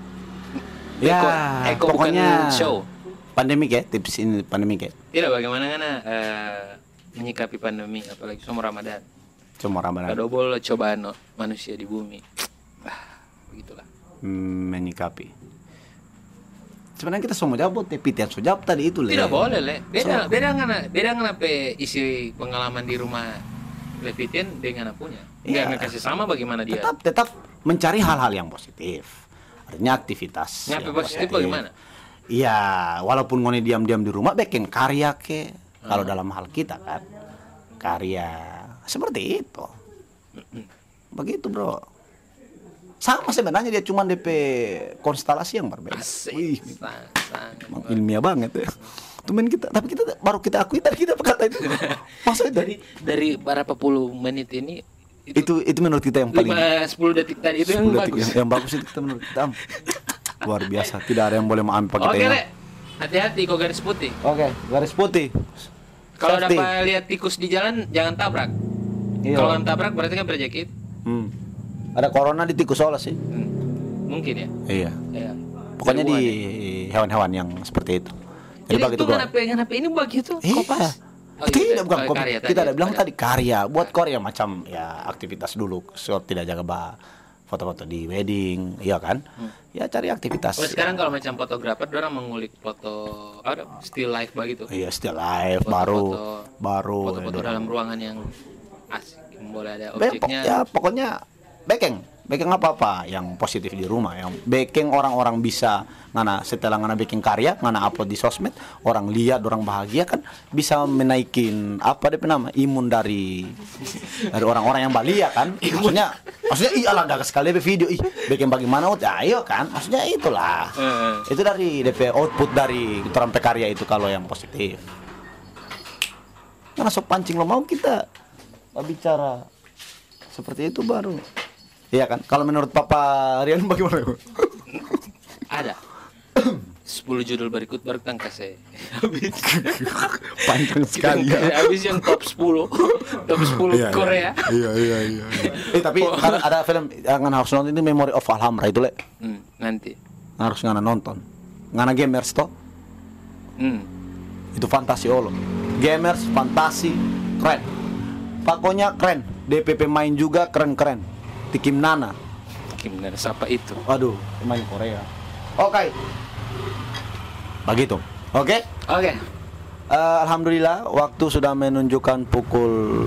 Ya, Eko, Eko pokoknya bukan show. pandemik ya, tips ini pandemik ya. Tidak bagaimana ngana eh, menyikapi pandemi apalagi sama Ramadan. Cuma Ramadan Kadobol cobaan no, manusia di bumi. Ah, begitulah. hmm, menyikapi. Sebenarnya kita semua jawab, tapi tiap so jawab tadi itu le. Tidak boleh, Le. Beda So- beda ngana, beda ngana pe isi pengalaman di rumah Levitian dengan punya. Enggak Iya. nggak kasih sama bagaimana dia. Tetap tetap mencari hal-hal yang positif. Artinya aktivitas. Ngapain yang positif bagaimana? Iya, walaupun ngone diam-diam di rumah bikin karya ke. Kalau Hmm. dalam hal kita kan karya seperti itu. Begitu, Bro. Sama sebenarnya dia cuma D P konstelasi yang berbeda. Asik. Wih, Sangat, sangat. emang ilmiah banget ya. Tumen kita, tapi kita baru kita akui tadi kita berkata itu. Maksudnya Dari dari berapa puluh menit ini itu itu menurut kita yang paling lima sepuluh detik tadi itu yang sepuluh detik bagus. yang, yang bagus itu kita menurut kita. Luar biasa, tidak ada yang boleh mengambil pakai Oke, tengah. Le. Hati-hati kok garis putih. Oke, garis putih. Kalau Safety. dapat lihat tikus di jalan jangan tabrak. Iya. Kalau nggak tabrak berarti kan berjekit. Hmm. Ada corona di tikus soalnya sih. Hmm. Mungkin ya. Iya. Ya. Pokoknya di Ilmuwan hewan-hewan yang seperti itu. ya. Jadi, Jadi begitu itu gua. kenapa kenapa ini begitu? Iya. Kopas. Oh, tidak iya, bukan oh, kopi. karya Kita tadi, ada bilang karya. tadi karya. Buat karya macam ya aktivitas dulu. So, tidak jaga bah foto-foto di wedding, iya kan? Ya cari aktivitas. Oh, sekarang kalau macam fotografer orang mengulik foto ada still life begitu. Iya, still life baru Foto-foto- baru Foto-foto ya, dalam ruangan yang asik, yang boleh ada Be- objeknya. ya pokoknya bekeng bekeng apa apa yang positif di rumah, yang bekeng orang-orang bisa ngana setelah ngana bikin karya ngana upload di sosmed, orang lihat orang bahagia kan bisa menaikin apa dia nama imun dari dari orang-orang yang balia kan. Maksudnya maksudnya iya lah gak sekali be video ih bikin bagaimana ya ayo kan, maksudnya itulah Eh. itu dari D P output dari orang pekarya itu kalau yang positif. Karena sok pancing lo mau kita bicara seperti itu baru. Iya kan? Kalau menurut Papa Rian bagaimana? Ada. sepuluh sepuluh judul berikut baru kan kasih habis. Panjang sekali ya. Habis yang top sepuluh top sepuluh Iya, iya. Korea. Iya iya iya. Eh tapi ada, ada film yang harus nonton ini Memory of Alhambra itu le. Hmm, nanti. Harus ngana nonton. Ngana gamers toh. Hmm. Itu fantasi olo. Gamers fantasi keren. Pokoknya keren. D P P main juga keren-keren. Tikim Nana. Gimana siapa itu? Waduh, main Korea. Oke. Begitu. Oke. Oke. Eh, Alhamdulillah waktu sudah menunjukkan pukul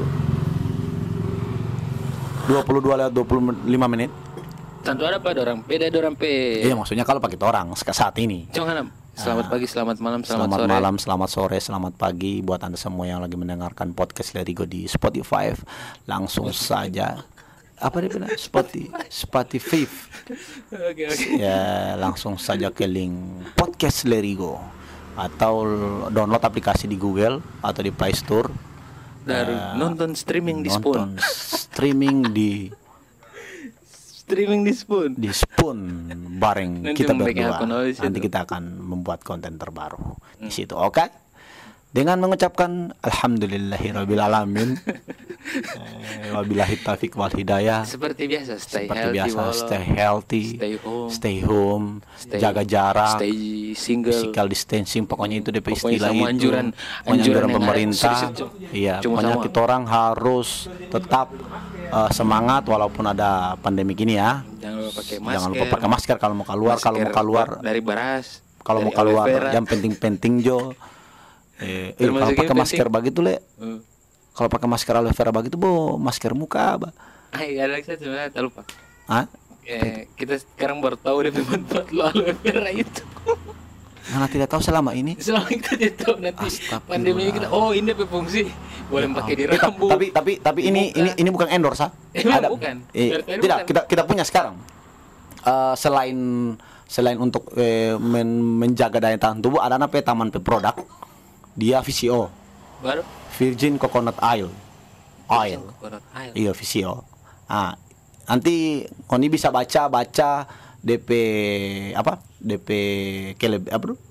dua puluh dua lewat dua puluh lima menit. Tentu ada pada orang beda orang pe. Iya, maksudnya kalau pakai orang saat ini. Jangan. Selamat pagi, selamat malam, selamat, Selamat sore. malam, selamat sore, selamat pagi buat Anda semua yang lagi mendengarkan podcast Lerigo di Spotify. Langsung saja apa dia bilang? Spotify, Spotify. Oke, oke. Ya, langsung saja ke link podcast Lerigo atau download aplikasi di Google atau di Play Store. Dari Eh, nonton streaming di Spoon. Nonton streaming di Streaming di Spoon. di Spoon bareng Nanti kita membuat berdua. akun di situ. Nanti kita akan membuat konten terbaru di situ. Oke? Dengan mengucapkan alhamdulillahirabbil alamin. eh, wabillahi taufik wal hidayah. Seperti biasa, stay Seperti healthy, biasa, walau. stay healthy, Stay home. stay home, Stay- jaga jarak, Stay single. physical distancing, pokoknya itu D P Pokoknya istilah semua itu. anjuran- Pokoknya anjuran yang pemerintah. ada. Serius, Iya, cuma pokoknya sama. kita orang harus tetap eh, semangat walaupun ada pandemi ini ya. Jangan lupa pakai masker. Jangan lupa pakai masker kalau mau keluar, kalau mau Masker keluar, dari beras. kalau mau dari keluar aloe vera. yang penting-penting Jo. Eh, eh, Termasuk kalau yang pakai masker penting. begitu le, Hmm. kalau pakai masker aloe vera begitu bo, masker muka apa? Ay, ada lagi satu sebenarnya, tak lupa. Hah? Eh, kita sekarang baru tahu dia manfaat lo aloe vera itu. Mana tidak tahu selama ini. Selama kita tidak tahu nanti Astagfirullah. pandemi ini kita, oh ini berfungsi, boleh pakai di Eh, ta- rambut. tapi tapi tapi ini muka. ini ini bukan endorse ah. Emang bukan? Eh, Dari tadi tidak, bukan. kita kita punya sekarang. Eh, selain selain untuk eh, men- menjaga daya tahan tubuh ada apa taman pe produk. Dia V C O, Baru Virgin Coconut Oil. Oil. Coconut oil. Iya V C O. Ah, nanti Koni bisa baca baca D P apa? D P keleb apa bro?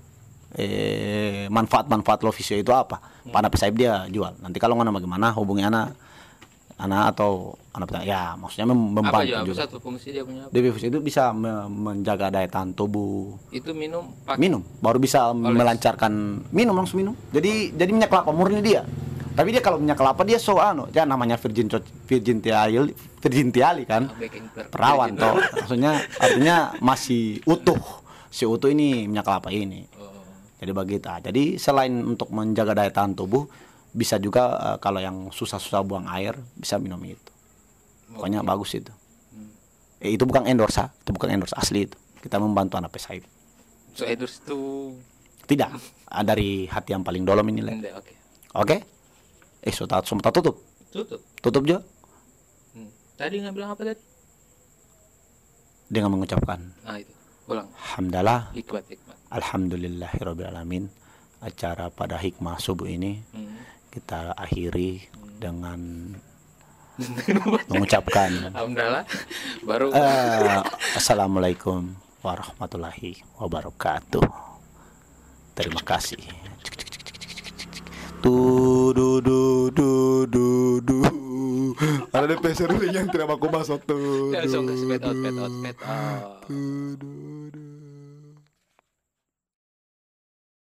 Eh, manfaat-manfaat lo V C O itu apa? Pada pesaib dia jual. Nanti kalau nggak bagaimana hubungi anak anak atau anak ya maksudnya mem- Apa membantu juga? Apa juga. satu fungsi dia punya? Apa? D P V C O itu bisa me- menjaga daya tahan tubuh. Itu minum pakai. Minum baru bisa melancarkan minum langsung minum. Jadi jadi minyak kelapa murni dia. Tapi dia kalau minyak kelapa dia so ano, ya namanya virgin co- virgin tiali virgin tiali kan. Baking per- Perawan baking. toh. Maksudnya artinya masih utuh. Si utuh ini minyak kelapa ini. Oh. Jadi begitu. Ah, jadi selain untuk menjaga daya tahan tubuh, bisa juga eh, kalau yang susah-susah buang air bisa minum itu. Pokoknya Oke. bagus itu. Eh, itu bukan endorse, ah. Itu bukan endorse asli itu. Kita membantu anak pesaib. So edus itu. Tidak, ah, dari hati yang paling dalam ini Le. Enggak, oke. Oke? Eh, sudah sudah tutup. Tutup. Tutup Jo Hmm. Tadi nggak bilang apa tadi? dengan mengucapkan Nah itu. Ulang. alhamdulillah, Hikmat, hikmat. alhamdulillahirabbil alamin. Acara pada hikmah subuh ini Hmm. kita akhiri dengan mengucapkan Alhamdulillah. Baru. eh, assalamualaikum warahmatullahi wabarakatuh. Terima kasih. Tu du du du du du. Ada D P seru yang tidak aku masuk tuh. Langsung ke sped out, sped out, sped out. Du, du.